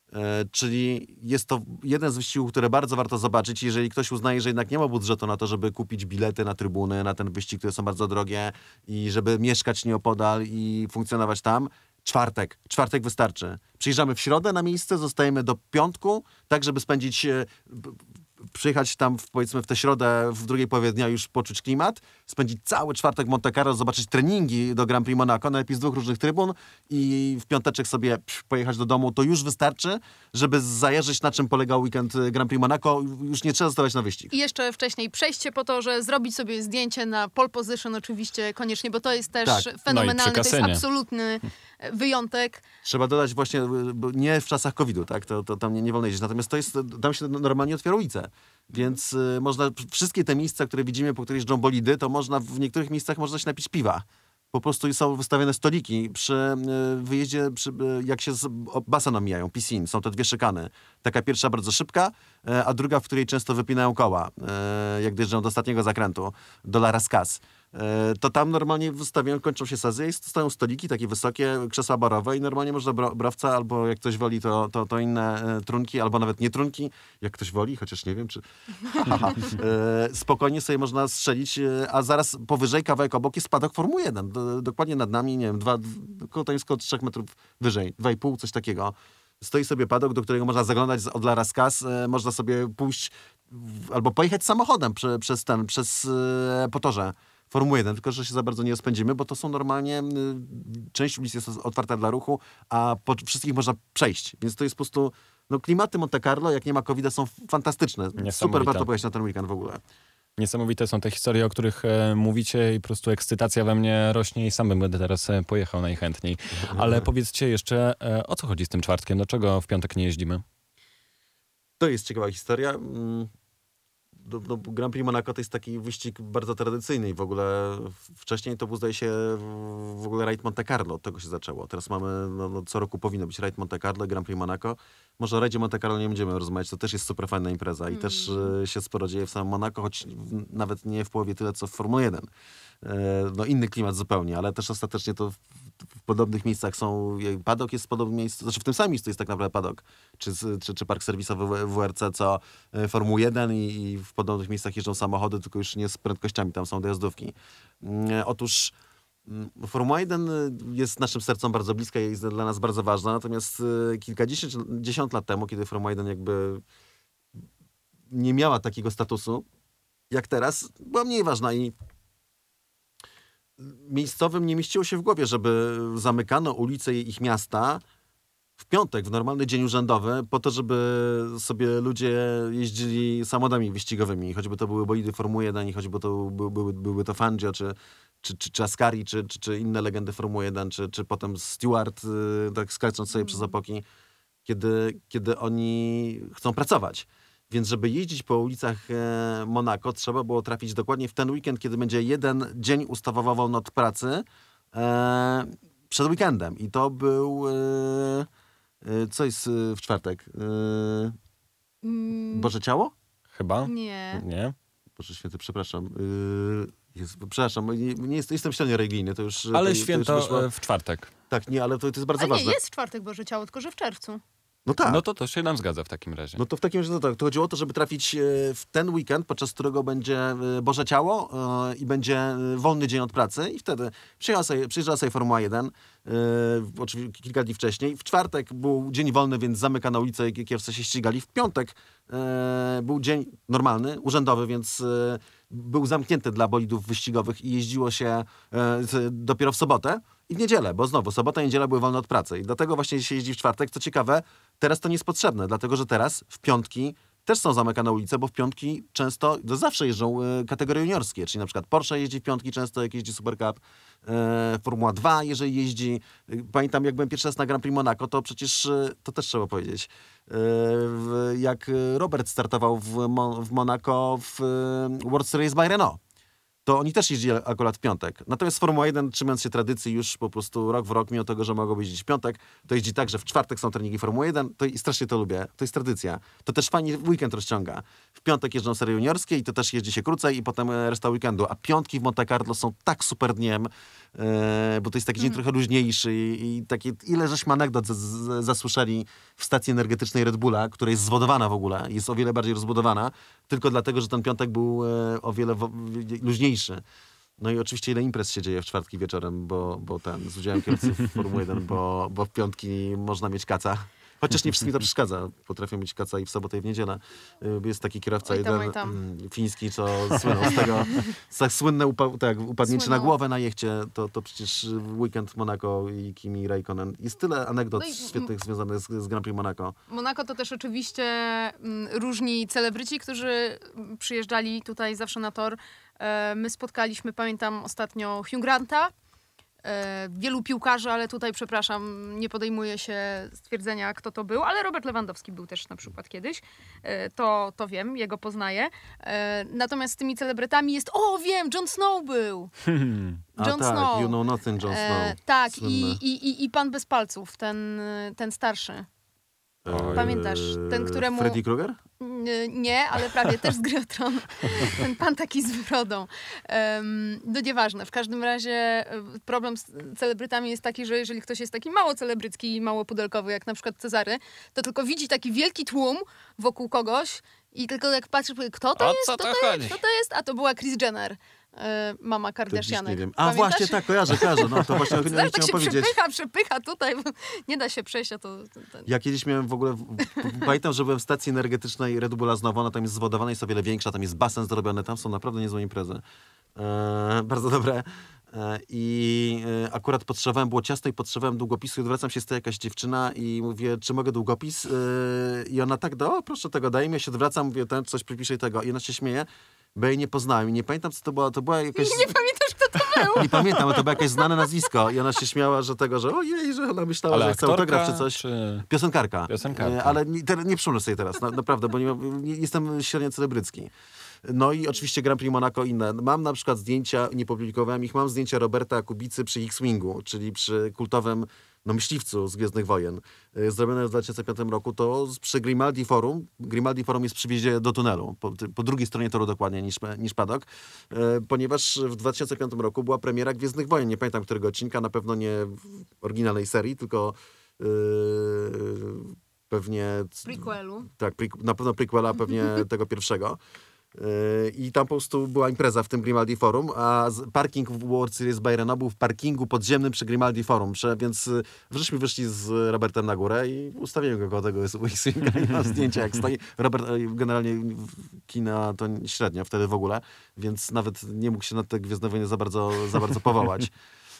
Czyli jest to jeden z wyścigów, które bardzo warto zobaczyć. Jeżeli ktoś uznaje, że jednak nie ma budżetu na to, żeby kupić bilety na trybuny, na ten wyścig, które są bardzo drogie i żeby mieszkać nieopodal i funkcjonować tam, czwartek wystarczy. Przyjeżdżamy w środę na miejsce, zostajemy do piątku, tak żeby spędzić, przyjechać tam powiedzmy w tę środę, w drugiej połowie dnia już poczuć klimat, spędzić cały czwartek w Monte Carlo, zobaczyć treningi do Grand Prix Monaco, najlepiej z 2 różnych trybun i w piąteczek sobie pojechać do domu, to już wystarczy, żeby zajarzyć, na czym polegał weekend Grand Prix Monaco. Już nie trzeba zostawać na wyścig. I jeszcze wcześniej przejście po torze, zrobić sobie zdjęcie na pole position oczywiście koniecznie, bo to jest też Tak. fenomenalne, No i to jest absolutny wyjątek. Trzeba dodać właśnie, bo nie w czasach COVID-u, tak? To tam nie wolno jeździć. Natomiast to jest, tam się normalnie otwiera ulice. Więc można, wszystkie te miejsca, które widzimy, po których jeżdżą bolidy, to można w niektórych miejscach można się napić piwa. Po prostu są wystawione stoliki przy wyjeździe, jak się z basenem mijają, piscine. Są te 2 szykany. Taka pierwsza bardzo szybka, a druga, w której często wypinają koła, jak dojeżdżają do ostatniego zakrętu, do La Rascasse. To tam normalnie wystawiają, kończą się sezy i stoją stoliki takie wysokie, krzesła barowe i normalnie można browca albo jak ktoś woli to inne trunki, albo nawet nie trunki, jak ktoś woli, chociaż nie wiem czy spokojnie sobie można strzelić, a zaraz powyżej kawałek obok jest paddock Formuły 1, dokładnie nad nami, nie wiem, to jest około 3 metrów wyżej, 2,5, coś takiego. Stoi sobie paddock, do którego można zaglądać od La Rascasse, można sobie pójść albo pojechać samochodem przez po torze Formuły 1, tylko że się za bardzo nie spędzimy, bo to są normalnie, część ulic jest otwarta dla ruchu, a po wszystkich można przejść. Więc to jest po prostu, klimaty Monte Carlo, jak nie ma COVID-a, są fantastyczne. Super warto pojechać na ten weekend w ogóle. Niesamowite są te historie, o których mówicie i po prostu ekscytacja we mnie rośnie i sam będę teraz pojechał najchętniej. Ale powiedzcie jeszcze, o co chodzi z tym czwartkiem? Dlaczego w piątek nie jeździmy? To jest ciekawa historia. Grand Prix Monaco to jest taki wyścig bardzo tradycyjny i w ogóle wcześniej to był, zdaje się, w ogóle rajd Monte Carlo, od tego się zaczęło. Teraz mamy, co roku powinno być rajd Monte Carlo, Grand Prix Monaco. Może o rajdzie Monte Carlo nie będziemy rozmawiać, to też jest super fajna impreza i też się sporo dzieje w samym Monaco, choć nawet nie w połowie tyle, co w Formule 1. Inny klimat zupełnie, ale też ostatecznie to w podobnych miejscach są, padok jest w podobnym miejscu, znaczy w tym samym miejscu jest tak naprawdę padok, czy park serwisowy WRC, co Formuły 1 i w podobnych miejscach jeżdżą samochody, tylko już nie z prędkościami, tam są dojazdówki. Otóż Formuła 1 jest naszym sercom bardzo bliska i jest dla nas bardzo ważna, natomiast kilkadziesiąt lat temu, kiedy Formuła 1 jakby nie miała takiego statusu jak teraz, była mniej ważna i miejscowym nie mieściło się w głowie, żeby zamykano ulice ich miasta w piątek, w normalny dzień urzędowy, po to, żeby sobie ludzie jeździli samochodami wyścigowymi. Choćby to były bolidy Formuły 1, i choćby to były to Fangio, czy Ascari, czy inne legendy Formuły 1, czy potem Stewart, tak skacząc sobie przez opoki, kiedy oni chcą pracować. Więc żeby jeździć po ulicach Monako, trzeba było trafić dokładnie w ten weekend, kiedy będzie jeden dzień ustawowo wolny od pracy przed weekendem. I to był... co jest w czwartek? Boże Ciało? Chyba? Nie. Boże Święty, przepraszam. Przepraszam, nie jestem średnio religijny. To już, ale to święto już wyszło... w czwartek. Tak, nie, ale to jest bardzo Ale ważne. nie, jest w czwartek Boże Ciało, tylko że w czerwcu. No tak. No to się nam zgadza w takim razie. No to w takim razie tak. To chodziło o to, żeby trafić w ten weekend, podczas którego będzie Boże Ciało i będzie wolny dzień od pracy i wtedy przyjeżdżała sobie Formuła 1, oczywiście kilka dni wcześniej. W czwartek był dzień wolny, więc zamykano ulicę i kierowcy się ścigali. W piątek był dzień normalny, urzędowy, więc był zamknięty dla bolidów wyścigowych i jeździło się dopiero w sobotę i w niedzielę, bo znowu sobota i niedziela były wolne od pracy i dlatego właśnie się jeździ w czwartek. Co ciekawe, teraz to nie jest potrzebne, dlatego że teraz w piątki też są zamykane ulice, bo w piątki często, to zawsze jeżdżą kategorie juniorskie, czyli na przykład Porsche jeździ w piątki często, jak jeździ Super Cup, Formuła 2, jeżeli jeździ. Pamiętam, jak byłem pierwszy raz na Grand Prix Monaco, to przecież, to też trzeba powiedzieć, jak Robert startował w Monaco w World Series by Renault, to oni też jeździli akurat w piątek. Natomiast Formuła 1, trzymając się tradycji już po prostu rok w rok, mimo tego, że mogą jeździć w piątek, to jeździ tak, że w czwartek są treningi Formuły 1, to i strasznie to lubię. To jest tradycja. To też fajnie weekend rozciąga. W piątek jeżdżą serie juniorskie i to też jeździ się krócej i potem reszta weekendu. A piątki w Monte Carlo są tak super dniem, bo to jest taki dzień trochę luźniejszy i takie, ile żeśmy anegdot zasłyszeli w stacji energetycznej Red Bulla, która jest zwodowana w ogóle, jest o wiele bardziej rozbudowana, tylko dlatego, że ten piątek był o wiele luźniejszy. No i oczywiście ile imprez się dzieje w czwartki wieczorem, bo z udziałem kierowców Formuły 1, bo w piątki można mieć kaca. Chociaż nie wszystkim to przeszkadza. Potrafią mieć kaca i w sobotę i w niedzielę. Jest taki kierowca fiński, co słynął z tego, słynne upadnięcie na głowę na jechcie, to przecież weekend Monaco i Kimi Räikkönen. Jest tyle anegdot świetnych związanych z Grand Prix Monaco. Monaco to też oczywiście różni celebryci, którzy przyjeżdżali tutaj zawsze na tor. My spotkaliśmy, pamiętam ostatnio Hugh Granta, wielu piłkarzy, ale tutaj, przepraszam, nie podejmuję się stwierdzenia, kto to był, ale Robert Lewandowski był też na przykład kiedyś. To wiem, jego poznaję. Natomiast z tymi celebrytami jest, wiem, Jon Snow był. Jon Snow. You know nothing, Jon Snow. Tak, i pan bez palców, ten starszy. Pamiętasz, ten, któremu... Freddy Krueger? Nie, ale prawie też z Gry o Tron. Ten pan taki z brodą. No nieważne. W każdym razie problem z celebrytami jest taki, że jeżeli ktoś jest taki mało celebrycki i mało pudelkowy, jak na przykład Cezary, to tylko widzi taki wielki tłum wokół kogoś i tylko jak patrzy, kto to jest? Kto to jest? A to była Kris Jenner. Mama Kardashianek. Nie wiem. Właśnie tak, kojarzę. No to właśnie tak chciałem się powiedzieć. przepycha tutaj, bo nie da się przejść, a to... Ja kiedyś miałem w ogóle, pamiętam, że byłem w stacji energetycznej Red Bulla znowu, ona tam jest zwodowana, jest o wiele większa, tam jest basen zrobiony, tam są naprawdę niezłe imprezy. Bardzo dobre. I akurat było ciasno i potrzebowałem długopisu i odwracam się, stoi jakaś dziewczyna i mówię, czy mogę długopis? I ona tak, proszę tego, daj mi, ja się odwracam, mówię, coś przypiszę i tego. I ona się śmieje. bo jej nie poznałem i nie pamiętam, co to była. To była jakaś... Nie pamiętasz, kto to był? Nie pamiętam, ale to było jakieś znane nazwisko i ona się śmiała, że ojej, że ona myślała, Ale że chce aktorka, autograf czy coś. czy... Piosenkarka. Piosenkarka. Ale nie przypomnę sobie teraz, naprawdę, bo nie jestem średnio celebrycki. No i oczywiście Grand Prix Monaco inne. Mam na przykład zdjęcia, nie publikowałem ich, mam zdjęcia Roberta Kubicy przy X-Wingu, czyli przy kultowym myśliwcu z Gwiezdnych Wojen. Zrobione w 2005 roku to przy Grimaldi Forum. Grimaldi Forum jest przy wjeździe do tunelu, po drugiej stronie toru dokładnie niż padok, ponieważ w 2005 roku była premiera Gwiezdnych Wojen. Nie pamiętam którego odcinka, na pewno nie w oryginalnej serii, tylko pewnie... Prequelu. Tak, na pewno prequela, pewnie tego pierwszego. I tam po prostu była impreza w tym Grimaldi Forum, a parking w World Series Bayrona był w parkingu podziemnym przy Grimaldi Forum, więc żeśmy wyszli z Robertem na górę i ustawiłem go koło tego X-Winga i mam zdjęcia jak stoi. Robert generalnie kina to średnio wtedy w ogóle, więc nawet nie mógł się na te Gwiezdne Wojny za bardzo powołać.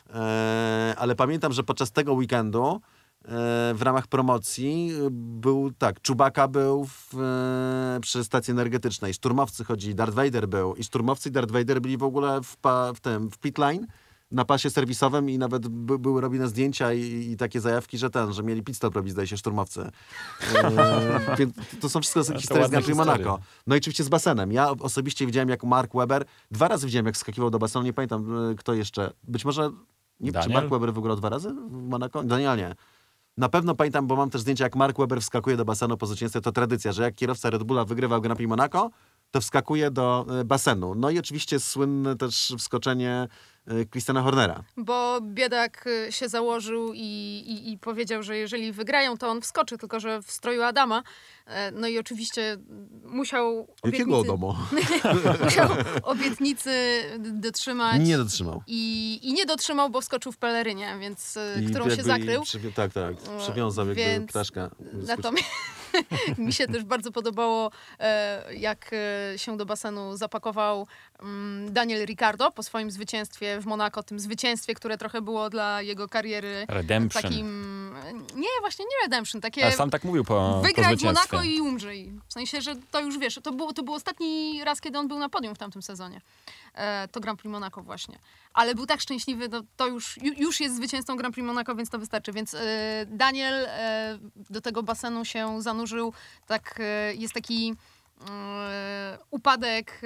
Ale pamiętam, że podczas tego weekendu w ramach promocji był Chewbacca był przy stacji energetycznej, szturmowcy chodzili, Darth Vader był i szturmowcy i Darth Vader byli w ogóle w pit line na pasie serwisowym i nawet były robione zdjęcia i takie zajawki, że mieli pit stop robić, zdaje się, szturmowcy. Więc to są wszystko historie z Grand Prix Monaco. No i oczywiście z basenem. Ja osobiście widziałem, jak Mark Webber 2 razy widziałem, jak skakiwał do basenu, nie pamiętam kto jeszcze. Być może, czy Mark Webber wygrał 2 razy w Monaco? Daniel nie. Na pewno pamiętam, bo mam też zdjęcia, jak Mark Webber wskakuje do basenu po zwycięstwie. To tradycja, że jak kierowca Red Bulla wygrywał Grand Prix Monaco, to wskakuje do basenu. No i oczywiście słynne też wskoczenie Christiana Hornera. Bo biedak się założył i powiedział, że jeżeli wygrają, to on wskoczy, tylko że w stroju Adama. No i oczywiście musiał Jakiego Adama? musiał obietnicy dotrzymać. Nie dotrzymał. I nie dotrzymał, bo wskoczył w pelerynie, więc którą się zakrył. Tak. Przywiązał jakby ptaszka. Natomiast mi się też bardzo podobało, jak się do basenu zapakował Daniel Ricciardo po swoim zwycięstwie w Monaco, tym zwycięstwie, które trochę było dla jego kariery Redemption. takim... Nie, właśnie nie redemption, takie... Ale sam tak mówił po Wygrać w zwycięstwie. Monaco i umrzyj. W sensie, że to już wiesz, to był ostatni raz, kiedy on był na podium w tamtym sezonie. To Grand Prix Monaco właśnie. Ale był tak szczęśliwy, to już jest zwycięzcą Grand Prix Monaco, więc to wystarczy. Więc Daniel do tego basenu się zanurzył. Tak, jest taki upadek,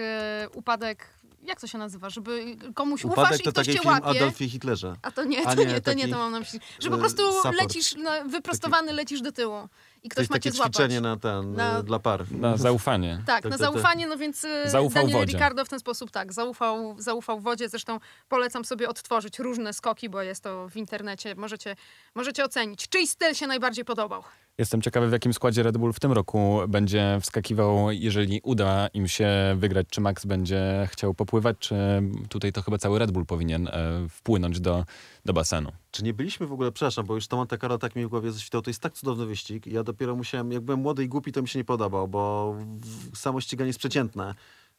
jak to się nazywa? Żeby komuś Upadek ufasz i to ktoś taki cię film łapie. Adolfie Hitlerze. A to nie, to mam na myśli. Że po prostu lecisz, wyprostowany lecisz do tyłu. I ktoś ma cię takie złapać. ćwiczenie dla par. Na zaufanie. Tak, na zaufanie, no więc Zaufał Daniel wodzie. Ricciardo w ten sposób zaufał wodzie. Zresztą polecam sobie odtworzyć różne skoki, bo jest to w internecie. Możecie ocenić. Czyj styl się najbardziej podobał? Jestem ciekawy, w jakim składzie Red Bull w tym roku będzie wskakiwał, jeżeli uda im się wygrać. Czy Max będzie chciał popływać, czy tutaj to chyba cały Red Bull powinien wpłynąć do basenu. Czy nie byliśmy w ogóle, przepraszam, bo już to Monte Carlo tak mi w głowie zaświtało, to jest tak cudowny wyścig. Ja dopiero musiałem, jak byłem młody i głupi, to mi się nie podobał, bo samo ściganie jest przeciętne.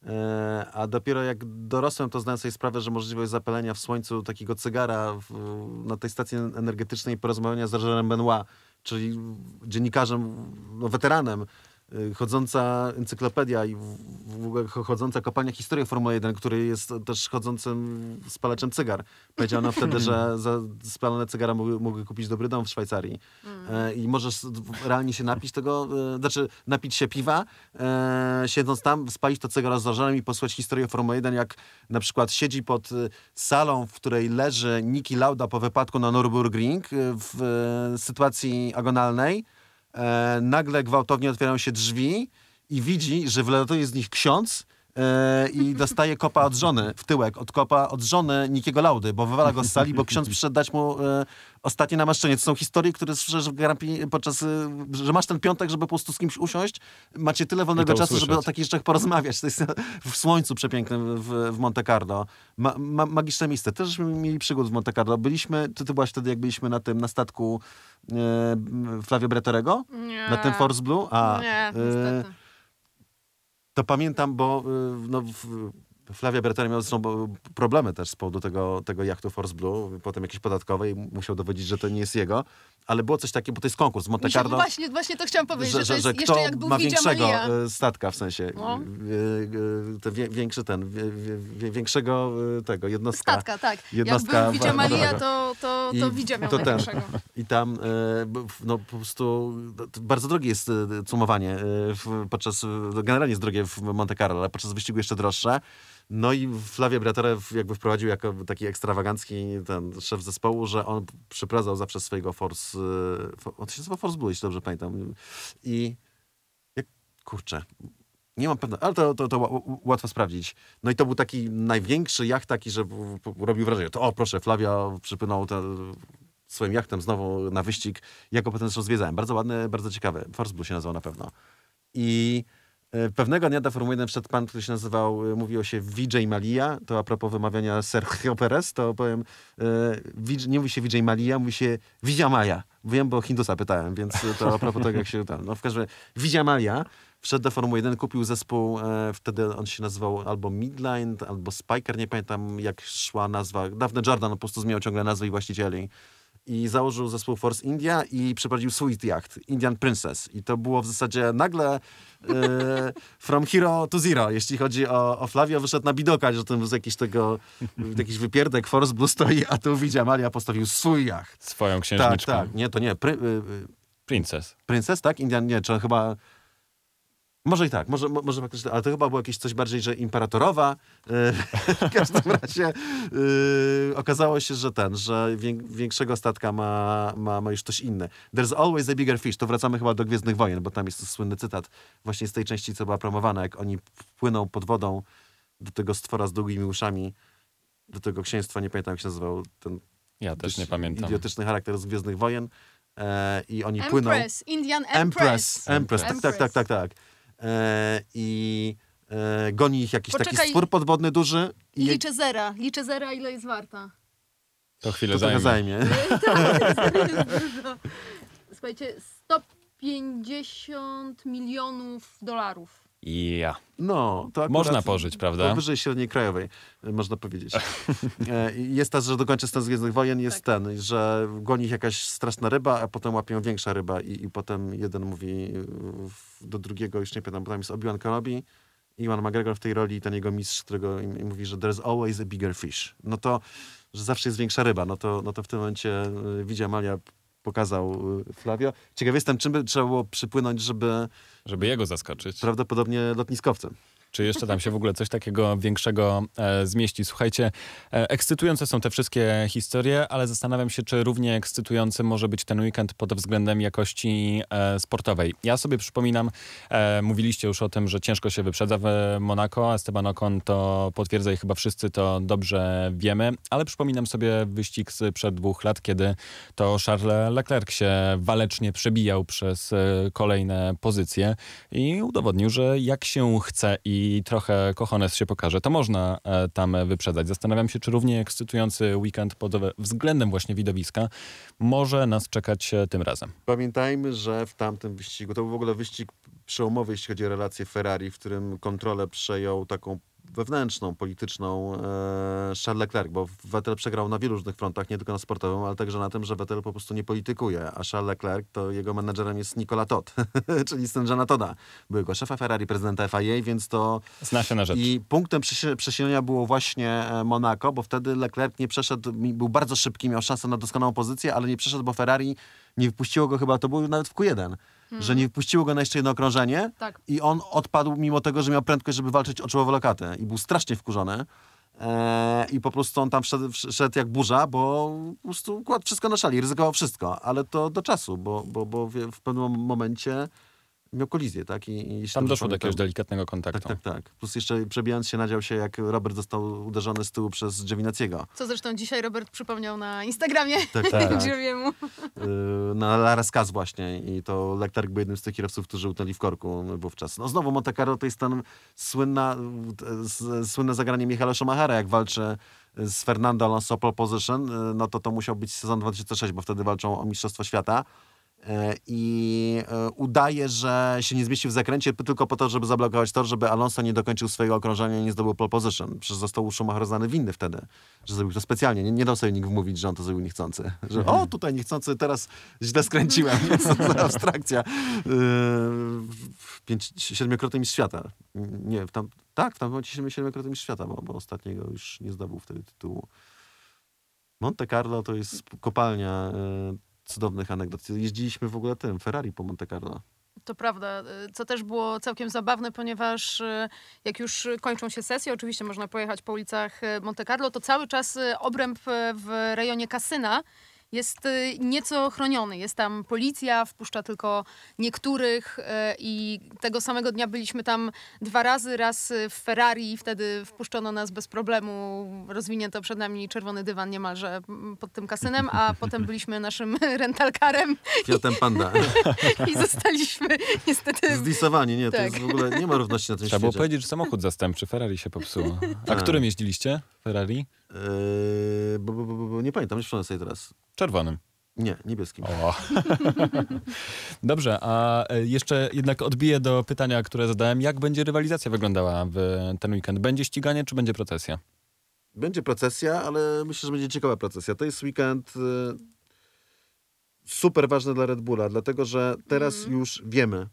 A dopiero jak dorosłem, to zdałem sobie sprawę, że możliwość zapalenia w słońcu takiego cygara na tej stacji energetycznej, porozmawiania z Rogerem Benoit, czyli dziennikarzem, weteranem, chodząca encyklopedia i w ogóle chodząca kopalnia historii Formuły 1, który jest też chodzącym spalaczem cygar. Powiedział nam wtedy, że za spalone cygara mógłby kupić dobry dom w Szwajcarii. I możesz realnie się napić tego, napić się piwa, siedząc tam, spalić to cygaro z Rogerem i posłuchać historii Formuły 1, jak na przykład siedzi pod salą, w której leży Niki Lauda po wypadku na Nürburgring w sytuacji agonalnej. Nagle gwałtownie otwierają się drzwi i widzi, że wylatuje z nich ksiądz i dostaje kopa od żony w tyłek, od żony Nikiego Laudy, bo wywala go z sali, bo ksiądz przyszedł dać mu ostatnie namaszczenie. To są historie, które słyszysz w Grand Prix że masz ten piątek, żeby po prostu z kimś usiąść, macie tyle wolnego czasu, żeby o takich rzeczach porozmawiać. To jest w słońcu przepięknym w Monte Carlo. Magiczne miejsce. Też żeśmy mieli przygód w Monte Carlo. Ty byłaś wtedy, jak byliśmy na statku Flavio Briatorego? Nie. Na tym Force Blue? Nie, niestety. To pamiętam, bo Flavia Briatore miał zresztą problemy też z powodu tego jachtu Force Blue, potem jakieś podatkowe i musiał dowodzić, że to nie jest jego, ale było coś takiego, bo to jest konkurs w Monte Carlo. Właśnie to chciałam powiedzieć, że to jest kto jeszcze jak był ma Vigia większego Malia. statka, w sensie większego tego jednostka. Statka, tak. Jednostka Jak był Vigia Malia, wodnego. to Vigia miał to największego. I tam no po prostu bardzo drogie jest cumowanie generalnie jest drogie w Monte Carlo, ale podczas wyścigu jeszcze droższe. No i Flavia Briatore jakby wprowadził jako taki ekstrawagancki ten szef zespołu, że on przyprowadzał zawsze swojego Force... On się nazywa Force Blue, jeśli dobrze pamiętam. I kurczę, nie mam pewności, ale to łatwo sprawdzić. No i to był taki największy jacht taki, że robił wrażenie. To proszę, Flavia przypłynął swoim jachtem znowu na wyścig. Ja go potem zresztą zwiedzałem. Bardzo ładny, bardzo ciekawy. Force Blue się nazywał na pewno. I pewnego dnia do Formuły 1 wszedł pan, który się nazywał, mówiło się Vijay Mallya, to a propos wymawiania Sergio Perez, to powiem, nie mówi się Vijay Mallya, mówi się Vigia Malia. Wiem, bo Hindusa pytałem, więc to a propos tego, jak się tam, no w każdym razie Vigia Malia wszedł do Formuły 1, kupił zespół, wtedy on się nazywał albo Midline, albo Spiker, nie pamiętam jak szła nazwa, dawny Jordan po prostu zmieniał ciągle nazwy i właścicieli. I założył zespół Force India i przeprowadził swój jacht, Indian Princess. I to było w zasadzie nagle from hero to zero. Jeśli chodzi o Flavio, wyszedł na bidoka, że to był jakiś wypierdek, Force Blue stoi, a tu Vigia Malia postawił swój jacht. Swoją księżniczkę. Tak. Nie, to nie. Princess. Princess, tak? Indian, nie, czy chyba... Może i tak, może faktycznie, ale to chyba było jakieś coś bardziej, że imperatorowa. W każdym razie okazało się, że że większego statka ma już ktoś inny. There's always a bigger fish. To wracamy chyba do Gwiezdnych Wojen, bo tam jest to słynny cytat właśnie z tej części, co była promowana, jak oni płyną pod wodą do tego stwora z długimi uszami, do tego księstwa, nie pamiętam jak się nazywał ten Ja też nie pamiętam. idiotyczny charakter z Gwiezdnych Wojen. I oni płyną... Indian Empress. Tak. I goni ich jakiś taki stwór podwodny duży. Liczę zera, ile jest warta. To chwilę to zajmie. Słuchajcie, 150 milionów dolarów. Ja. No, to można pożyć, prawda? Powyżej średniej krajowej, można powiedzieć. Jest to, że dokończę stan z Gwiezdnych Wojen, jest ten, że goni ich jakaś straszna ryba, a potem łapią większa ryba i potem jeden mówi do drugiego, już nie pamiętam, bo tam jest Obi-Wan Kenobi, Ewan McGregor w tej roli, ten jego mistrz, którego mówi, że there's always a bigger fish. No to, że zawsze jest większa ryba. No to w tym momencie Vigia Malia pokazał Flavio. Ciekaw jestem, czym by trzeba było przypłynąć, żeby jego zaskoczyć. Prawdopodobnie lotniskowcem. Czy jeszcze tam się w ogóle coś takiego większego zmieści? Słuchajcie, ekscytujące są te wszystkie historie, ale zastanawiam się, czy równie ekscytujący może być ten weekend pod względem jakości sportowej. Ja sobie przypominam, mówiliście już o tym, że ciężko się wyprzedza w Monako. Esteban Ocon to potwierdza i chyba wszyscy to dobrze wiemy, ale przypominam sobie wyścig sprzed 2 lat, kiedy to Charles Leclerc się walecznie przebijał przez kolejne pozycje i udowodnił, że jak się chce i trochę cojones się pokaże, to można tam wyprzedzać. Zastanawiam się, czy równie ekscytujący weekend pod względem właśnie widowiska może nas czekać tym razem. Pamiętajmy, że w tamtym wyścigu, to był w ogóle wyścig przełomowy, jeśli chodzi o relacje Ferrari, w którym kontrolę przejął taką wewnętrzną, polityczną Charles Leclerc, bo Vettel przegrał na wielu różnych frontach, nie tylko na sportowym, ale także na tym, że Vettel po prostu nie politykuje, a Charles Leclerc to jego menadżerem jest Nicolas Todt, czyli syn Jeana Todda, byłego szefa Ferrari, prezydenta FIA, więc to... Zna się na rzecz. I punktem przesilenia było właśnie Monaco, bo wtedy Leclerc nie przeszedł, był bardzo szybki, miał szansę na doskonałą pozycję, ale nie przeszedł, bo Ferrari nie wypuściło go chyba, to był nawet w Q1, że nie wypuściło go na jeszcze jedno okrążenie i on odpadł mimo tego, że miał prędkość, żeby walczyć o czołową lokatę i był strasznie wkurzony i po prostu on tam szedł jak burza, bo po prostu kładł wszystko na szali, ryzykował wszystko, ale to do czasu, bo w pewnym momencie miał kolizję, tak? I tam doszło do jakiegoś delikatnego kontaktu. Tak. Plus jeszcze przebijając się nadział się, jak Robert został uderzony z tyłu przez Giovinazziego. Co zresztą dzisiaj Robert przypomniał na Instagramie. Tak. Gioviemu. Na Larescaz właśnie i to Leclerc był jednym z tych kierowców, którzy utonęli w korku wówczas. No znowu Monte Carlo to jest ten słynne zagranie Michaela Schumachera, jak walczy z Fernando Alonso pole position, no to musiał być sezon 2006, bo wtedy walczą o Mistrzostwo Świata. udaje, że się nie zmieścił w zakręcie tylko po to, żeby zablokować tor, żeby Alonso nie dokończył swojego okrążenia i nie zdobył pole position. Przecież został Schumacher znany winny wtedy, że zrobił to specjalnie. Nie dał sobie nikt wmówić, że on to zrobił niechcący. Że tutaj niechcący, teraz źle skręciłem. Jest to abstrakcja. 7-krotny mistrz świata. Nie, w tam momencie 7-krotny mistrz świata, bo ostatniego już nie zdobył wtedy tytułu. Monte Carlo to jest kopalnia cudownych anegdot. Jeździliśmy w ogóle Ferrari po Monte Carlo. To prawda, co też było całkiem zabawne, ponieważ jak już kończą się sesje, oczywiście można pojechać po ulicach Monte Carlo, to cały czas obręb w rejonie kasyna jest nieco chroniony. Jest tam policja, wpuszcza tylko niektórych i tego samego dnia byliśmy tam 2 razy. Raz w Ferrari i wtedy wpuszczono nas bez problemu. Rozwinięto przed nami czerwony dywan niemalże pod tym kasynem, a potem byliśmy naszym rentalkarem. Fiatem Panda. I zostaliśmy niestety... Zdisowani, nie, to Tak. jest w ogóle, nie ma równości na tym Trzeba było świecie. powiedzieć, że samochód zastępczy Ferrari się popsuło. A Tak. którym jeździliście? Ferrari? Nie pamiętam, nie przypomnę sobie teraz. Czerwonym. Nie, niebieskim. O. Dobrze, a jeszcze jednak odbiję do pytania, które zadałem. Jak będzie rywalizacja wyglądała w ten weekend? Będzie ściganie, czy będzie procesja? Będzie procesja, ale myślę, że będzie ciekawa procesja. To jest weekend super ważny dla Red Bulla, dlatego że teraz już wiemy,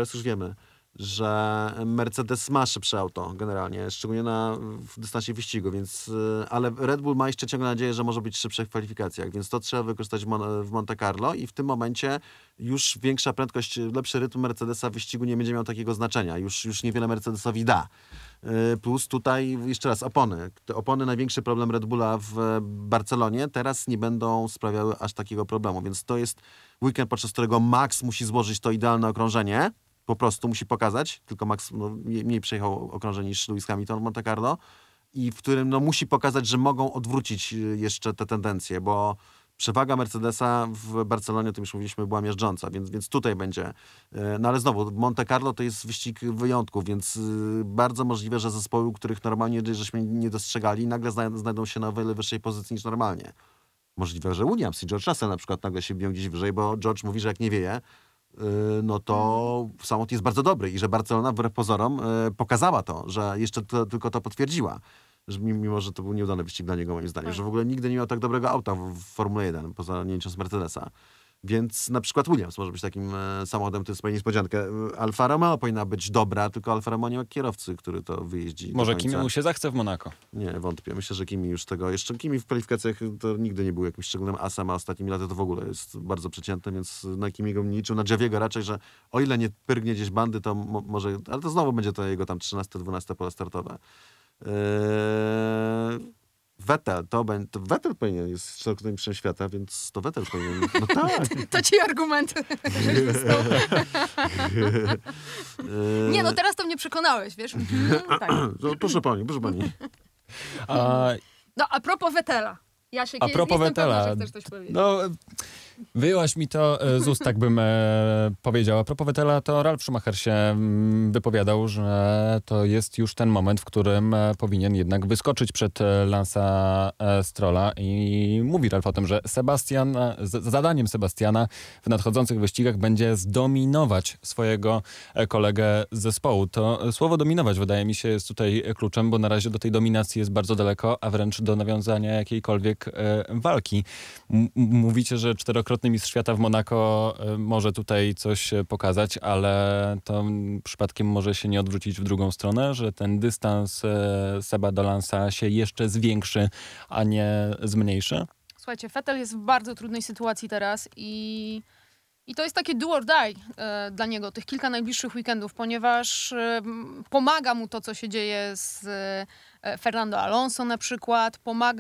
że Mercedes ma szybsze auto generalnie, szczególnie w dystansie wyścigu, więc, ale Red Bull ma jeszcze ciągle nadzieję, że może być szybszy w kwalifikacjach, więc to trzeba wykorzystać w Monte Carlo i w tym momencie już większa prędkość, lepszy rytm Mercedesa w wyścigu nie będzie miał takiego znaczenia. Już niewiele Mercedesowi da. Plus tutaj jeszcze raz opony. Te opony, największy problem Red Bulla w Barcelonie, teraz nie będą sprawiały aż takiego problemu, więc to jest weekend, podczas którego Max musi złożyć to idealne okrążenie. Po prostu musi pokazać, tylko Max mniej przejechał okrążeń niż Lewis Hamilton w Monte Carlo i w którym musi pokazać, że mogą odwrócić jeszcze te tendencje, bo przewaga Mercedesa w Barcelonie, o tym już mówiliśmy, była miażdżąca, więc tutaj będzie. No ale znowu, Monte Carlo to jest wyścig wyjątków, więc bardzo możliwe, że zespoły, których normalnie żeśmy nie dostrzegali, nagle znajdą się na o wiele wyższej pozycji niż normalnie. Możliwe, że Williams i George Russell na przykład nagle się biją gdzieś wyżej, bo George mówi, że jak nie wieje, no to samochód jest bardzo dobry i że Barcelona wbrew pozorom pokazała to, że jeszcze tylko to potwierdziła. Że mimo, że to był nieudany wyścig dla niego, moim zdaniem, że w ogóle nigdy nie miał tak dobrego auta w Formule 1, poza nie licząc Mercedesa. Więc na przykład Williams może być takim samochodem, który sobie niespodziankę. Alfa Romeo powinna być dobra, tylko Alfa Romeo nie ma kierowcy, który to wyjeździ. Może Kimi mu się zachce w Monako. Nie, wątpię. Myślę, że Kimi już tego... Jeszcze Kimi w kwalifikacjach to nigdy nie był jakimś szczególnym asem, a ostatnimi laty to w ogóle jest bardzo przeciętny, więc na Kimiego nie liczył. Na Javiego raczej, że o ile nie pyrgnie gdzieś bandy, to może... Ale to znowu będzie to jego tam 13-12 pole startowe. Vettel, Vettel powinien jest czterokrotnym mistrzem świata, więc to Vettel powinien... No tak. To ci argument. Nie, no teraz to mnie przekonałeś, wiesz? Tak. No, proszę pani. No, a propos Vettela. Jasiek, A propos jestem pewna, Vettela, że chcesz coś powiedzieć. no wyjęłaś mi to z ust, tak bym powiedział. A propos Vettela, to Ralf Schumacher się wypowiadał, że to jest już ten moment, w którym powinien jednak wyskoczyć przed Lance'a Strolla i mówi Ralf o tym, że zadaniem Sebastiana w nadchodzących wyścigach będzie zdominować swojego kolegę z zespołu. To słowo dominować wydaje mi się jest tutaj kluczem, bo na razie do tej dominacji jest bardzo daleko, a wręcz do nawiązania jakiejkolwiek walki. Mówicie, że czterokrotny mistrz świata w Monako może tutaj coś pokazać, ale to przypadkiem może się nie odwrócić w drugą stronę, że ten dystans Seba do Lance'a się jeszcze zwiększy, a nie zmniejszy? Słuchajcie, Vettel jest w bardzo trudnej sytuacji teraz i to jest takie do or die dla niego, tych kilka najbliższych weekendów, ponieważ pomaga mu to, co się dzieje z Fernando Alonso na przykład,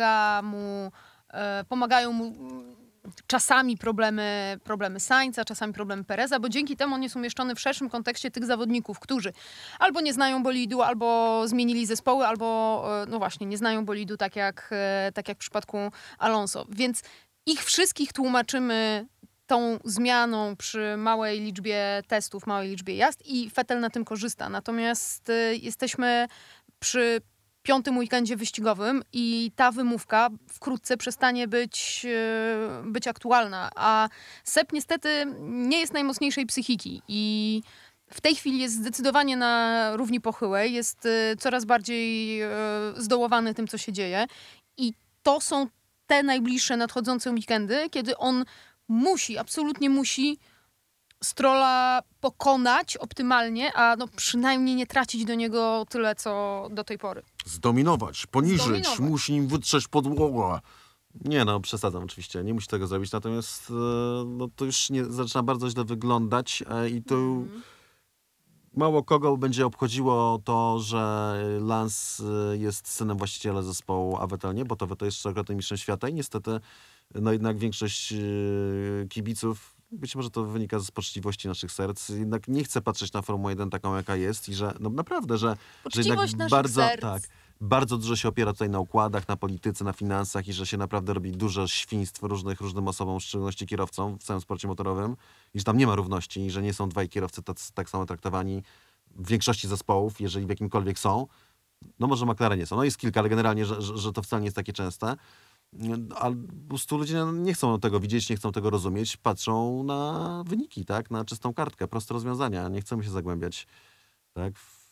pomagają mu czasami problemy Sainza, czasami problemy Pereza, bo dzięki temu on jest umieszczony w szerszym kontekście tych zawodników, którzy albo nie znają bolidu, albo zmienili zespoły, albo no właśnie, nie znają bolidu tak jak w przypadku Alonso. Więc ich wszystkich tłumaczymy tą zmianą przy małej liczbie testów, małej liczbie jazd i Vettel na tym korzysta. Natomiast jesteśmy przy 5. weekendzie wyścigowym i ta wymówka wkrótce przestanie być aktualna. A Seb niestety nie jest najmocniejszej psychiki i w tej chwili jest zdecydowanie na równi pochyłej, jest coraz bardziej zdołowany tym, co się dzieje. I to są te najbliższe nadchodzące weekendy, kiedy on absolutnie musi Strolla pokonać optymalnie, a no przynajmniej nie tracić do niego tyle, co do tej pory. Zdominować, poniżyć, musi im wytrzeć podłogę. Nie no, przesadzam oczywiście, nie musi tego zrobić, natomiast no, to już zaczyna bardzo źle wyglądać i to mało kogo będzie obchodziło to, że Lance jest synem właściciela zespołu, a Vettel nie, bo to Vettel jest czterokrotnym mistrzem świata i niestety no jednak większość kibiców, być może to wynika z poczciwości naszych serc, jednak nie chce patrzeć na Formułę 1 taką, jaka jest i że no naprawdę, że Poczciwość jednak naszych serc. bardzo dużo się opiera tutaj na układach, na polityce, na finansach i że się naprawdę robi dużo świństw różnym osobom, w szczególności kierowcom w całym sporcie motorowym i że tam nie ma równości i że nie są dwaj kierowcy tak samo traktowani w większości zespołów, jeżeli w jakimkolwiek są. No może McLaren nie są, no jest kilka, ale generalnie, że to wcale nie jest takie częste. Ale po prostu ludzie nie chcą tego widzieć, nie chcą tego rozumieć, patrzą na wyniki, tak? Na czystą kartkę, proste rozwiązania. Nie chcemy się zagłębiać tak?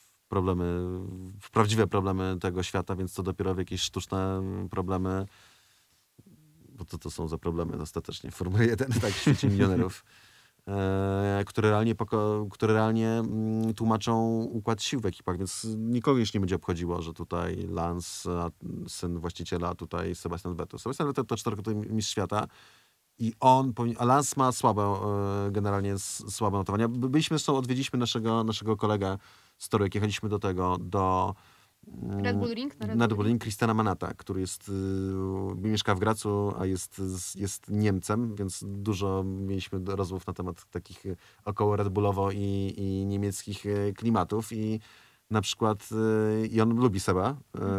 w prawdziwe problemy tego świata, więc to dopiero w jakieś sztuczne problemy, bo to są za problemy ostatecznie w Formule 1, tak? W świecie milionerów, które realnie tłumaczą układ sił w ekipach, więc nikogo już nie będzie obchodziło, że tutaj Lance, syn właściciela, tutaj Sebastian Vettel. Sebastian Vettel to czterokrotny mistrz świata i a Lance ma generalnie słabe notowania. Odwiedziliśmy naszego kolegę z toru, jak jechaliśmy do Red Bull Ring? Na Red Bull Ring Christiana Manata, który mieszka w Gracu, a jest Niemcem, więc dużo mieliśmy rozmów na temat takich około Red Bullowo i niemieckich klimatów i na przykład i on lubi Seba,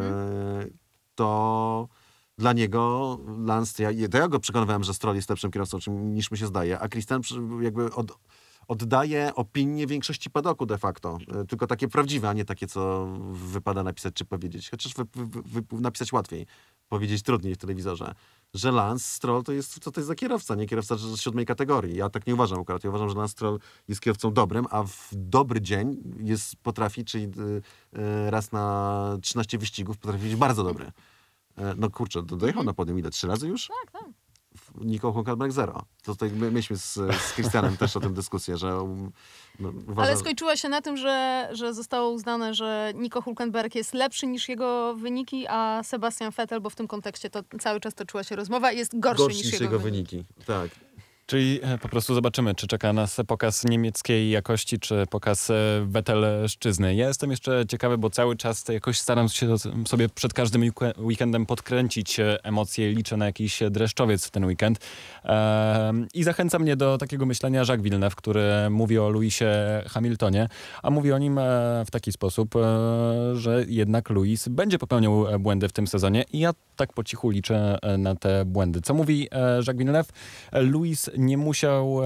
to dla niego Lance, ja go przekonywałem, że Stroll jest lepszym kierowcą niż mi się zdaje, a Christian jakby oddaje opinię większości padoku de facto. Tylko takie prawdziwe, a nie takie, co wypada napisać czy powiedzieć. Chociaż napisać łatwiej. Powiedzieć trudniej w telewizorze. Że Lance Stroll to jest za kierowca, nie kierowca z 7. kategorii. Ja tak nie uważam akurat. Ja uważam, że Lance Stroll jest kierowcą dobrym, a w dobry dzień potrafi, czyli raz na 13 wyścigów potrafi być bardzo dobry. No kurczę, dojechał na podium ile? 3 razy już? Tak. Nico Hülkenberg 0. To tutaj mieliśmy z Christianem też o tym dyskusję, że ale skończyła się na tym, że zostało uznane, że Nico Hülkenberg jest lepszy niż jego wyniki, a Sebastian Vettel, bo w tym kontekście to cały czas toczyła się rozmowa, jest gorszy niż jego wyniki. Tak. Czyli po prostu zobaczymy, czy czeka nas pokaz niemieckiej jakości, czy pokaz Vettelszczyzny. Ja jestem jeszcze ciekawy, bo cały czas jakoś staram się sobie przed każdym weekendem podkręcić emocje, liczę na jakiś dreszczowiec w ten weekend. I zachęca mnie do takiego myślenia Jacques Villeneuve, który mówi o Lewisie Hamiltonie, a mówi o nim w taki sposób, że jednak Lewis będzie popełniał błędy w tym sezonie i ja tak po cichu liczę na te błędy. Co mówi Jacques Villeneuve? Lewis nie musiał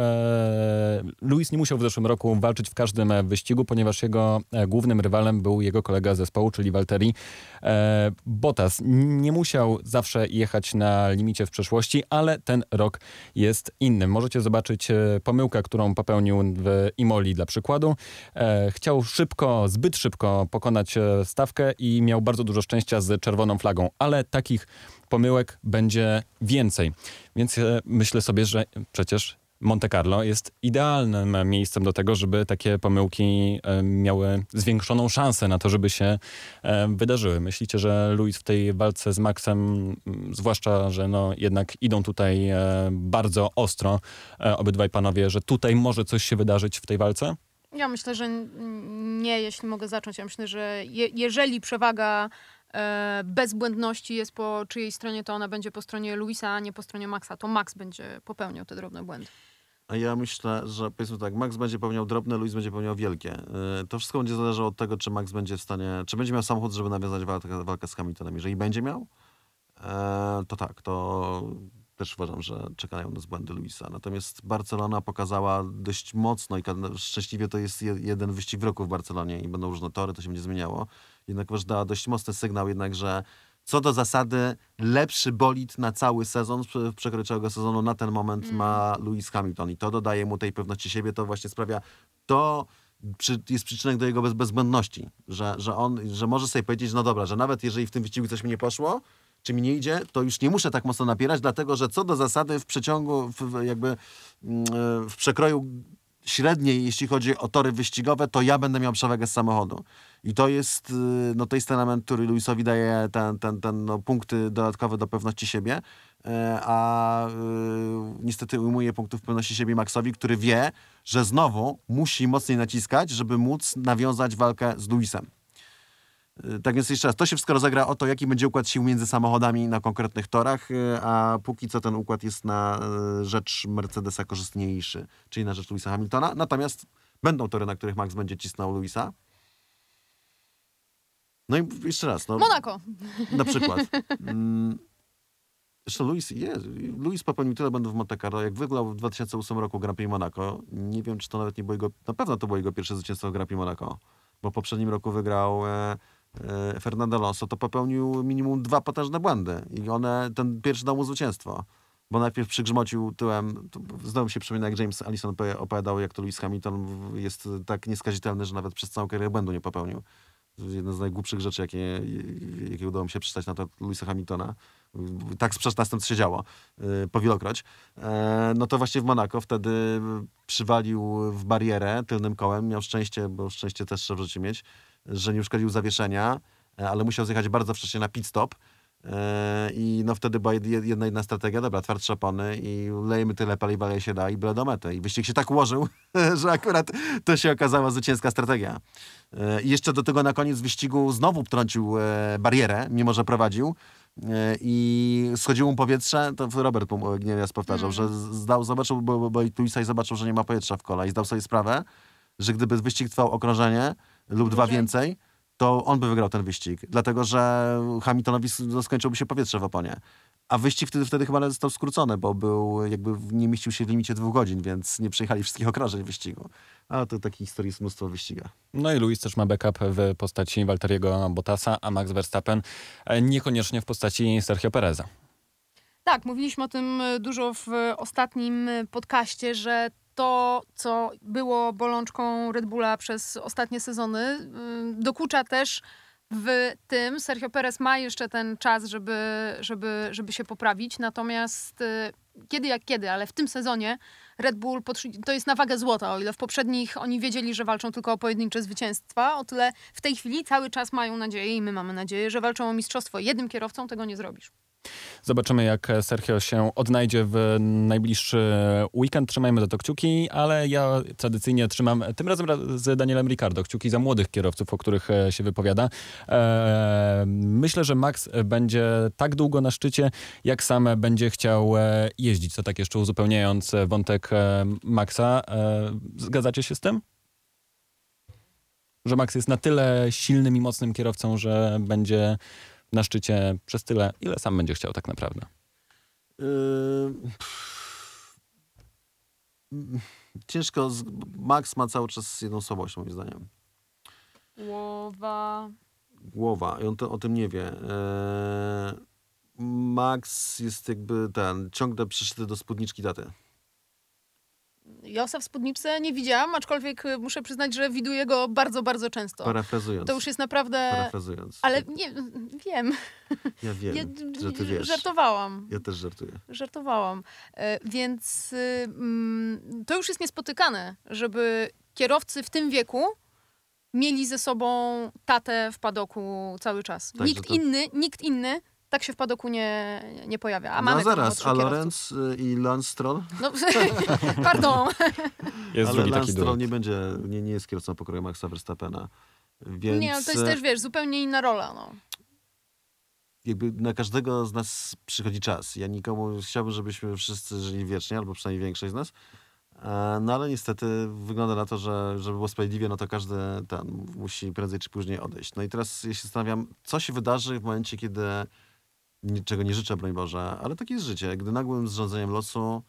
w zeszłym roku walczyć w każdym wyścigu, ponieważ jego głównym rywalem był jego kolega zespołu, czyli Valtteri Bottas. Nie musiał zawsze jechać na limicie w przeszłości, ale ten rok jest inny. Możecie zobaczyć pomyłkę, którą popełnił w Imoli dla przykładu. Chciał zbyt szybko pokonać stawkę i miał bardzo dużo szczęścia z czerwoną flagą, ale takich pomyłek będzie więcej. Więc myślę sobie, że przecież Monte Carlo jest idealnym miejscem do tego, żeby takie pomyłki miały zwiększoną szansę na to, żeby się wydarzyły. Myślicie, że Lewis w tej walce z Maxem, zwłaszcza, że jednak idą tutaj bardzo ostro obydwaj panowie, że tutaj może coś się wydarzyć w tej walce? Ja myślę, że nie, jeśli mogę zacząć. Ja myślę, że jeżeli przewaga bezbłędności jest po czyjej stronie, to ona będzie po stronie Lewisa, a nie po stronie Maxa. To Max będzie popełniał te drobne błędy. A ja myślę, że powiedzmy tak, Max będzie popełniał drobne, Lewis będzie popełniał wielkie. To wszystko będzie zależało od tego, czy Max będzie w stanie, czy będzie miał samochód, żeby nawiązać walkę z Hamiltonem. Jeżeli będzie miał, to tak, to też uważam, że czekają nas błędy Luisa. Natomiast Barcelona pokazała dość mocno i szczęśliwie to jest jeden wyścig w roku w Barcelonie i będą różne tory, to się będzie zmieniało. Jednakowoż dała dość mocny sygnał jednak, że co do zasady lepszy bolid na cały sezon, w przekroju całego sezonu na ten moment ma Lewis Hamilton i to dodaje mu tej pewności siebie, to właśnie sprawia, to jest przyczynek do jego bezbłędności, że może sobie powiedzieć, no dobra, że nawet jeżeli w tym wyścigu coś mi nie poszło, czy mi nie idzie, to już nie muszę tak mocno napierać, dlatego że co do zasady w przeciągu, w przekroju średniej, jeśli chodzi o tory wyścigowe, to ja będę miał przewagę z samochodu. I to jest ten element, który Lewisowi daje punkty dodatkowe do pewności siebie, a niestety ujmuje punktów pewności siebie Maxowi, który wie, że znowu musi mocniej naciskać, żeby móc nawiązać walkę z Lewisem. Tak więc jeszcze raz, to się wszystko rozegra o to, jaki będzie układ sił między samochodami na konkretnych torach, a póki co ten układ jest na rzecz Mercedesa korzystniejszy, czyli na rzecz Lewisa Hamiltona. Natomiast będą tory, na których Max będzie cisnął Lewisa. No i jeszcze raz. Monako. Na przykład. Zresztą Lewis popełnił tyle błędów w Monte Carlo, jak wygrał w 2008 roku Grand Prix Monaco. Nie wiem, czy to nawet nie było na pewno to było jego pierwsze zwycięstwo w Grand Prix Monaco, bo w poprzednim roku wygrał Fernando Alonso, to popełnił minimum 2 potężne błędy i ten pierwszy dał mu zwycięstwo, bo najpierw przygrzmocił tyłem, znowu mi się przypomina, jak James Allison opowiadał, jak to Lewis Hamilton jest tak nieskazitelny, że nawet przez całą karierę błędu nie popełnił. Jedna z najgłupszych rzeczy, jakie udało mi się przeczytać na to Lewisa Hamiltona. Tak sprzeczna z tym, co się działo powielokroć. No to właśnie w Monaco wtedy przywalił w barierę tylnym kołem. Miał szczęście, bo szczęście też trzeba w życiu mieć, że nie uszkodził zawieszenia, ale musiał zjechać bardzo wcześnie na pit stop. I no wtedy była jedna strategia, dobra, twardsze opony i lejemy tyle paliwa, ile się da i byle do mety. I wyścig się tak ułożył, że akurat to się okazała zwycięska strategia. I jeszcze do tego na koniec wyścigu znowu trącił barierę, mimo że prowadził i schodziło mu powietrze, to Robert nieraz powtarzał, że zobaczył, bo Lewisa i zobaczył, że nie ma powietrza w kole i zdał sobie sprawę, że gdyby wyścig trwał okrążenie lub 2 więcej, to on by wygrał ten wyścig, dlatego że Hamiltonowi skończyłoby się powietrze w oponie. A wyścig wtedy chyba został skrócony, bo nie mieścił się w limicie 2 godzin, więc nie przejechali wszystkich okrążeń wyścigu. A to takiej historii jest mnóstwo w wyścigach. No i Lewis też ma backup w postaci Valtteriego Bottasa, a Max Verstappen niekoniecznie w postaci Sergio Pereza. Tak, mówiliśmy o tym dużo w ostatnim podcaście, że to, co było bolączką Red Bulla przez ostatnie sezony, dokucza też w tym. Sergio Perez ma jeszcze ten czas, żeby się poprawić, natomiast kiedy, ale w tym sezonie Red Bull to jest na wagę złota, o ile w poprzednich oni wiedzieli, że walczą tylko o pojedyncze zwycięstwa, o tyle w tej chwili cały czas mają nadzieję i my mamy nadzieję, że walczą o mistrzostwo. Jednym kierowcą tego nie zrobisz. Zobaczymy, jak Sergio się odnajdzie w najbliższy weekend. Trzymajmy za to kciuki, ale ja tradycyjnie trzymam tym razem z Danielem Ricciardo kciuki za młodych kierowców, o których się wypowiada. Myślę, że Max będzie tak długo na szczycie, jak sam będzie chciał jeździć. To tak jeszcze uzupełniając wątek Maxa. Zgadzacie się z tym? Że Max jest na tyle silnym i mocnym kierowcą, że będzie na szczycie przez tyle, ile sam będzie chciał tak naprawdę. Ciężko. Max ma cały czas jedną słabość, moim zdaniem. Głowa. I on o tym nie wie. Max jest jakby ciągle przyszyty do spódniczki taty. Josa w spódniczce nie widziałam, aczkolwiek muszę przyznać, że widuję go bardzo, bardzo często. Parafrazując. To już jest naprawdę... Parafrazując. Ale nie, wiem. Ja wiem, że ty wiesz. Żartowałam. Ja też żartuję. Żartowałam. Więc to już jest niespotykane, żeby kierowcy w tym wieku mieli ze sobą tatę w padoku cały czas. Tak, Nikt inny tak się w padoku nie pojawia. A no mamy zaraz, a Lorenz i Lance Stroll? No, pardon. Jest ale drugi Lance taki Stroll duet. nie jest kierowcą pokroju Maxa Verstappena. Więc Nie, ale to jest też, zupełnie inna rola. No. Jakby na każdego z nas przychodzi czas. Ja nikomu chciałbym, żebyśmy wszyscy żyli wiecznie, albo przynajmniej większość z nas. No ale niestety wygląda na to, że żeby było sprawiedliwie, no to każdy musi prędzej czy później odejść. No i teraz ja się zastanawiam, co się wydarzy w momencie, kiedy niczego nie życzę, broń Boże, ale takie jest życie. Gdy nagłym zrządzeniem losu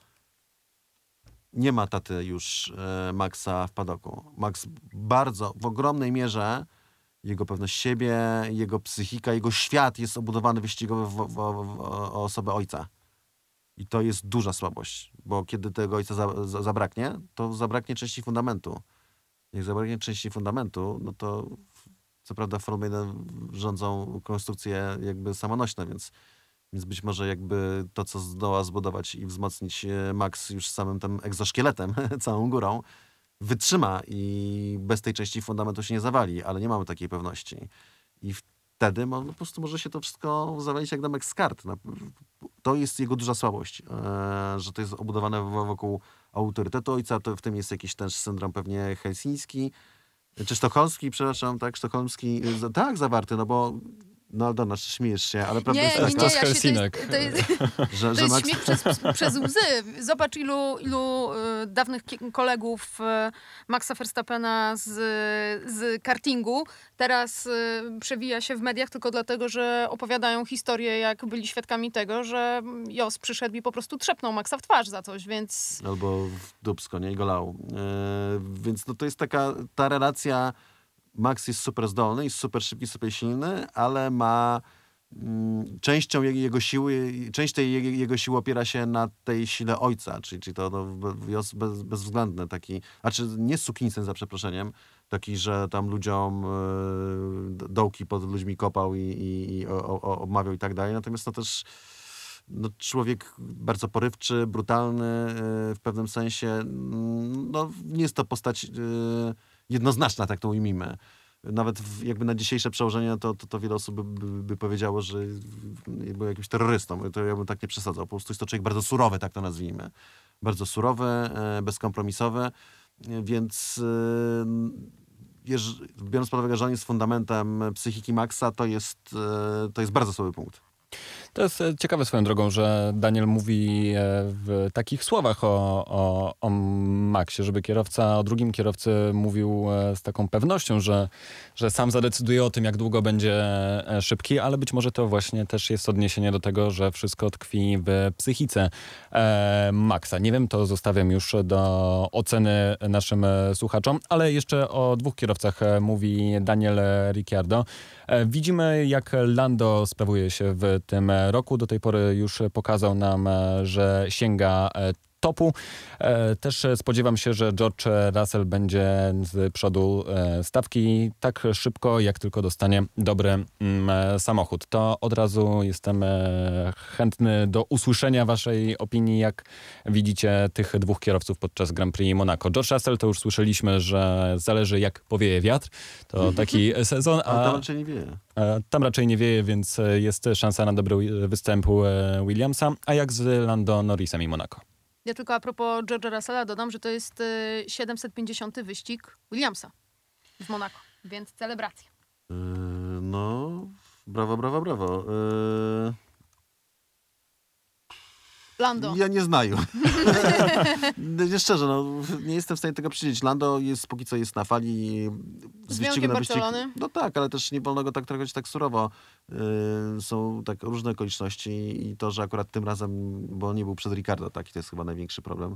nie ma taty już Maxa w padoku. Max bardzo, w ogromnej mierze jego pewność siebie, jego psychika, jego świat jest obudowany wyścigowo o osobę ojca. I to jest duża słabość, bo kiedy tego ojca zabraknie, to zabraknie części fundamentu. Jak zabraknie części fundamentu, no to co prawda Formule 1 rządzą konstrukcje jakby samonośne, więc być może jakby to, co zdoła zbudować i wzmocnić Max już samym tym egzoszkieletem, całą górą, wytrzyma i bez tej części fundamentu się nie zawali, ale nie mamy takiej pewności. I wtedy po prostu może się to wszystko zawalić jak domek z kart. To jest jego duża słabość, że to jest obudowane wokół autorytetu ojca, to w tym jest jakiś też syndrom pewnie helsiński, czy sztokholmski, przepraszam, tak, sztokholmski, tak, zawarty, no bo no Aldona, śmiejesz się, ale prawda jest taka, to z Helsinek. To jest śmiech przez łzy. Zobacz, ilu dawnych kolegów Maxa Verstappena z kartingu teraz przewija się w mediach tylko dlatego, że opowiadają historię, jak byli świadkami tego, że Jos przyszedł i po prostu trzepnął Maxa w twarz za coś, więc... Albo w dupsko, nie? I go lał. Więc no to jest taka, ta relacja. Max jest super zdolny, jest super szybki, super silny, ale ma częścią jego siły, część tej jego siły opiera się na tej sile ojca, czyli to bezwzględny taki, znaczy nie sukinsyn za przeproszeniem, taki, że tam ludziom dołki pod ludźmi kopał i obmawiał i tak dalej, natomiast to też człowiek bardzo porywczy, brutalny w pewnym sensie, no nie jest to postać jednoznaczna, tak to ujmijmy. Nawet jakby na dzisiejsze przełożenie, to wiele osób by powiedziało, że był jakimś terrorystą. To ja bym tak nie przesadzał. Po prostu jest to człowiek bardzo surowy, tak to nazwijmy. Bardzo surowy, bezkompromisowy, więc biorąc pod uwagę, że on jest fundamentem psychiki Maxa, to jest bardzo słaby punkt. To jest ciekawe swoją drogą, że Daniel mówi w takich słowach o Maxie, żeby kierowca o drugim kierowcy mówił z taką pewnością, że sam zadecyduje o tym, jak długo będzie szybki, ale być może to właśnie też jest odniesienie do tego, że wszystko tkwi w psychice Maxa. Nie wiem, to zostawiam już do oceny naszym słuchaczom, ale jeszcze o dwóch kierowcach mówi Daniel Ricciardo. Widzimy, jak Lando sprawuje się w tym roku. Do tej pory już pokazał nam, że sięga topu. Też spodziewam się, że George Russell będzie z przodu stawki tak szybko, jak tylko dostanie dobry samochód. To od razu jestem chętny do usłyszenia waszej opinii, jak widzicie tych dwóch kierowców podczas Grand Prix Monaco. George Russell to już słyszeliśmy, że zależy jak powieje wiatr. To taki sezon. A tam raczej nie wieje. Tam raczej nie wieje, więc jest szansa na dobry występ Williamsa. A jak z Lando Norrisem i Monaco? Ja tylko a propos George'a Russella dodam, że to jest 750. wyścig Williamsa w Monaco, więc celebracje. No, brawo, brawo, brawo. Lando. Ja nie znaję. Szczerze, nie jestem w stanie tego przyjrzeć. Lando jest, póki co jest na fali z wyścigu na wyścig. Barcelony. No tak, ale też nie wolno go tak traktować tak surowo. Są tak różne okoliczności i to, że akurat tym razem, bo on nie był przed Ricardo, tak, i to jest chyba największy problem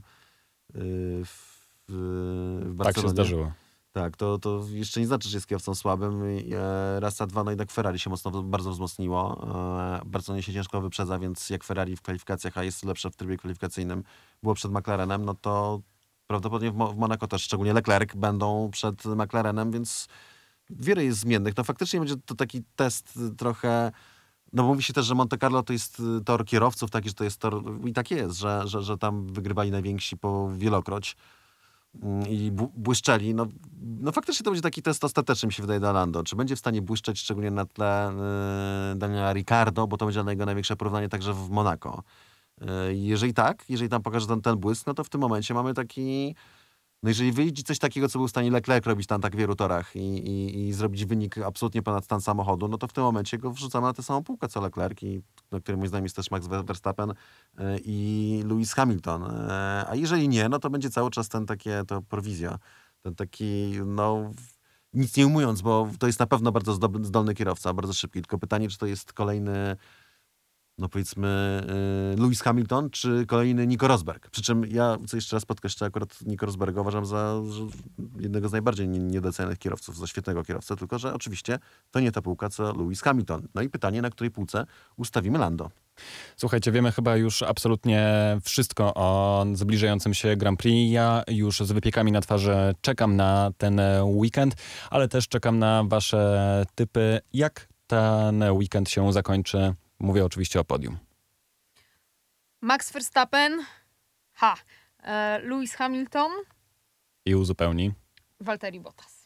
w Barcelonie. Tak się zdarzyło. Tak, to jeszcze nie znaczy, że jest kierowcą słabym. Raz a dwa, no jednak Ferrari się bardzo wzmocniło. Barcelonie się ciężko wyprzedza, więc jak Ferrari w kwalifikacjach, a jest lepsze w trybie kwalifikacyjnym, było przed McLarenem, no to prawdopodobnie w Monaco też, szczególnie Leclerc, będą przed McLarenem, więc wiele jest zmiennych. No faktycznie będzie to taki test trochę... No bo mówi się też, że Monte Carlo to jest tor kierowców, taki, że to jest tor... I tak jest, że tam wygrywali najwięksi po wielokroć i błyszczeli. No faktycznie to będzie taki test ostateczny, mi się wydaje, dla Lando. Czy będzie w stanie błyszczeć, szczególnie na tle Daniela Ricciardo, bo to będzie jego największe porównanie także w Monaco. Jeżeli tam pokaże ten błysk, no to w tym momencie mamy taki... No jeżeli wyjdzie coś takiego, co był w stanie Leclerc robić tam tak w wielu torach i zrobić wynik absolutnie ponad stan samochodu, no to w tym momencie go wrzucamy na tę samą półkę co Leclerc, na którym moim zdaniem jest też Max Verstappen i Lewis Hamilton. A jeżeli nie, no to będzie cały czas to prowizja. Ten taki, nic nie ujmując, bo to jest na pewno bardzo zdolny kierowca, bardzo szybki. Tylko pytanie, czy to jest kolejny no powiedzmy Lewis Hamilton czy kolejny Nico Rosberg. Przy czym ja chcę jeszcze raz podkreślać, akurat Nico Rosberga uważam za jednego z najbardziej niedocenianych kierowców, za świetnego kierowcę, tylko że oczywiście to nie ta półka co Lewis Hamilton. No i pytanie, na której półce ustawimy Lando. Słuchajcie, wiemy chyba już absolutnie wszystko o zbliżającym się Grand Prix. Ja już z wypiekami na twarzy czekam na ten weekend, ale też czekam na wasze typy, jak ten weekend się zakończy. Mówię oczywiście o podium. Max Verstappen, Lewis Hamilton, I uzupełni. Valtteri Bottas.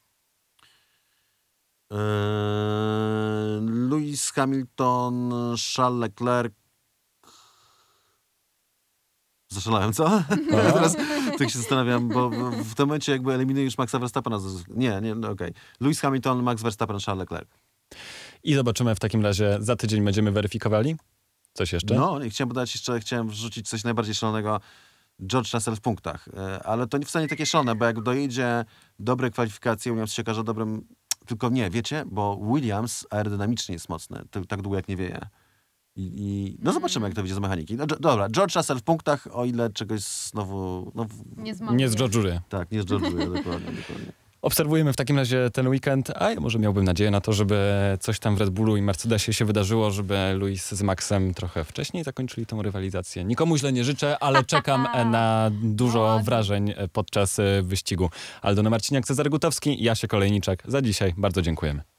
Lewis Hamilton, Charles Leclerc. Zaszalałem, co? Teraz tak się zastanawiam, bo w tym momencie jakby eliminuję już Maxa Verstappena. Nie, no okej. Lewis Hamilton, Max Verstappen, Charles Leclerc. I zobaczymy w takim razie, za tydzień będziemy weryfikowali. Coś jeszcze? No, chciałem wrzucić coś najbardziej szalonego. George Russell w punktach. Ale to nie wcale nie takie szalone, bo jak dojedzie dobre kwalifikacje, Williams się okaże dobrym... Tylko nie, wiecie, bo Williams aerodynamicznie jest mocny, tak długo jak nie wieje. No zobaczymy, jak to wyjdzie z mechaniki. No, dobra, George Russell w punktach, o ile czegoś znowu... Nie zdżodżuję. Tak, nie zdżodżuję, dokładnie. Obserwujemy w takim razie ten weekend, a ja może miałbym nadzieję na to, żeby coś tam w Red Bullu i Mercedesie się wydarzyło, żeby Lewis z Maxem trochę wcześniej zakończyli tą rywalizację. Nikomu źle nie życzę, ale czekam na dużo wrażeń podczas wyścigu. Aldona Marciniak, Cezary Gutowski, Jasiek Olejniczak. Za dzisiaj bardzo dziękujemy.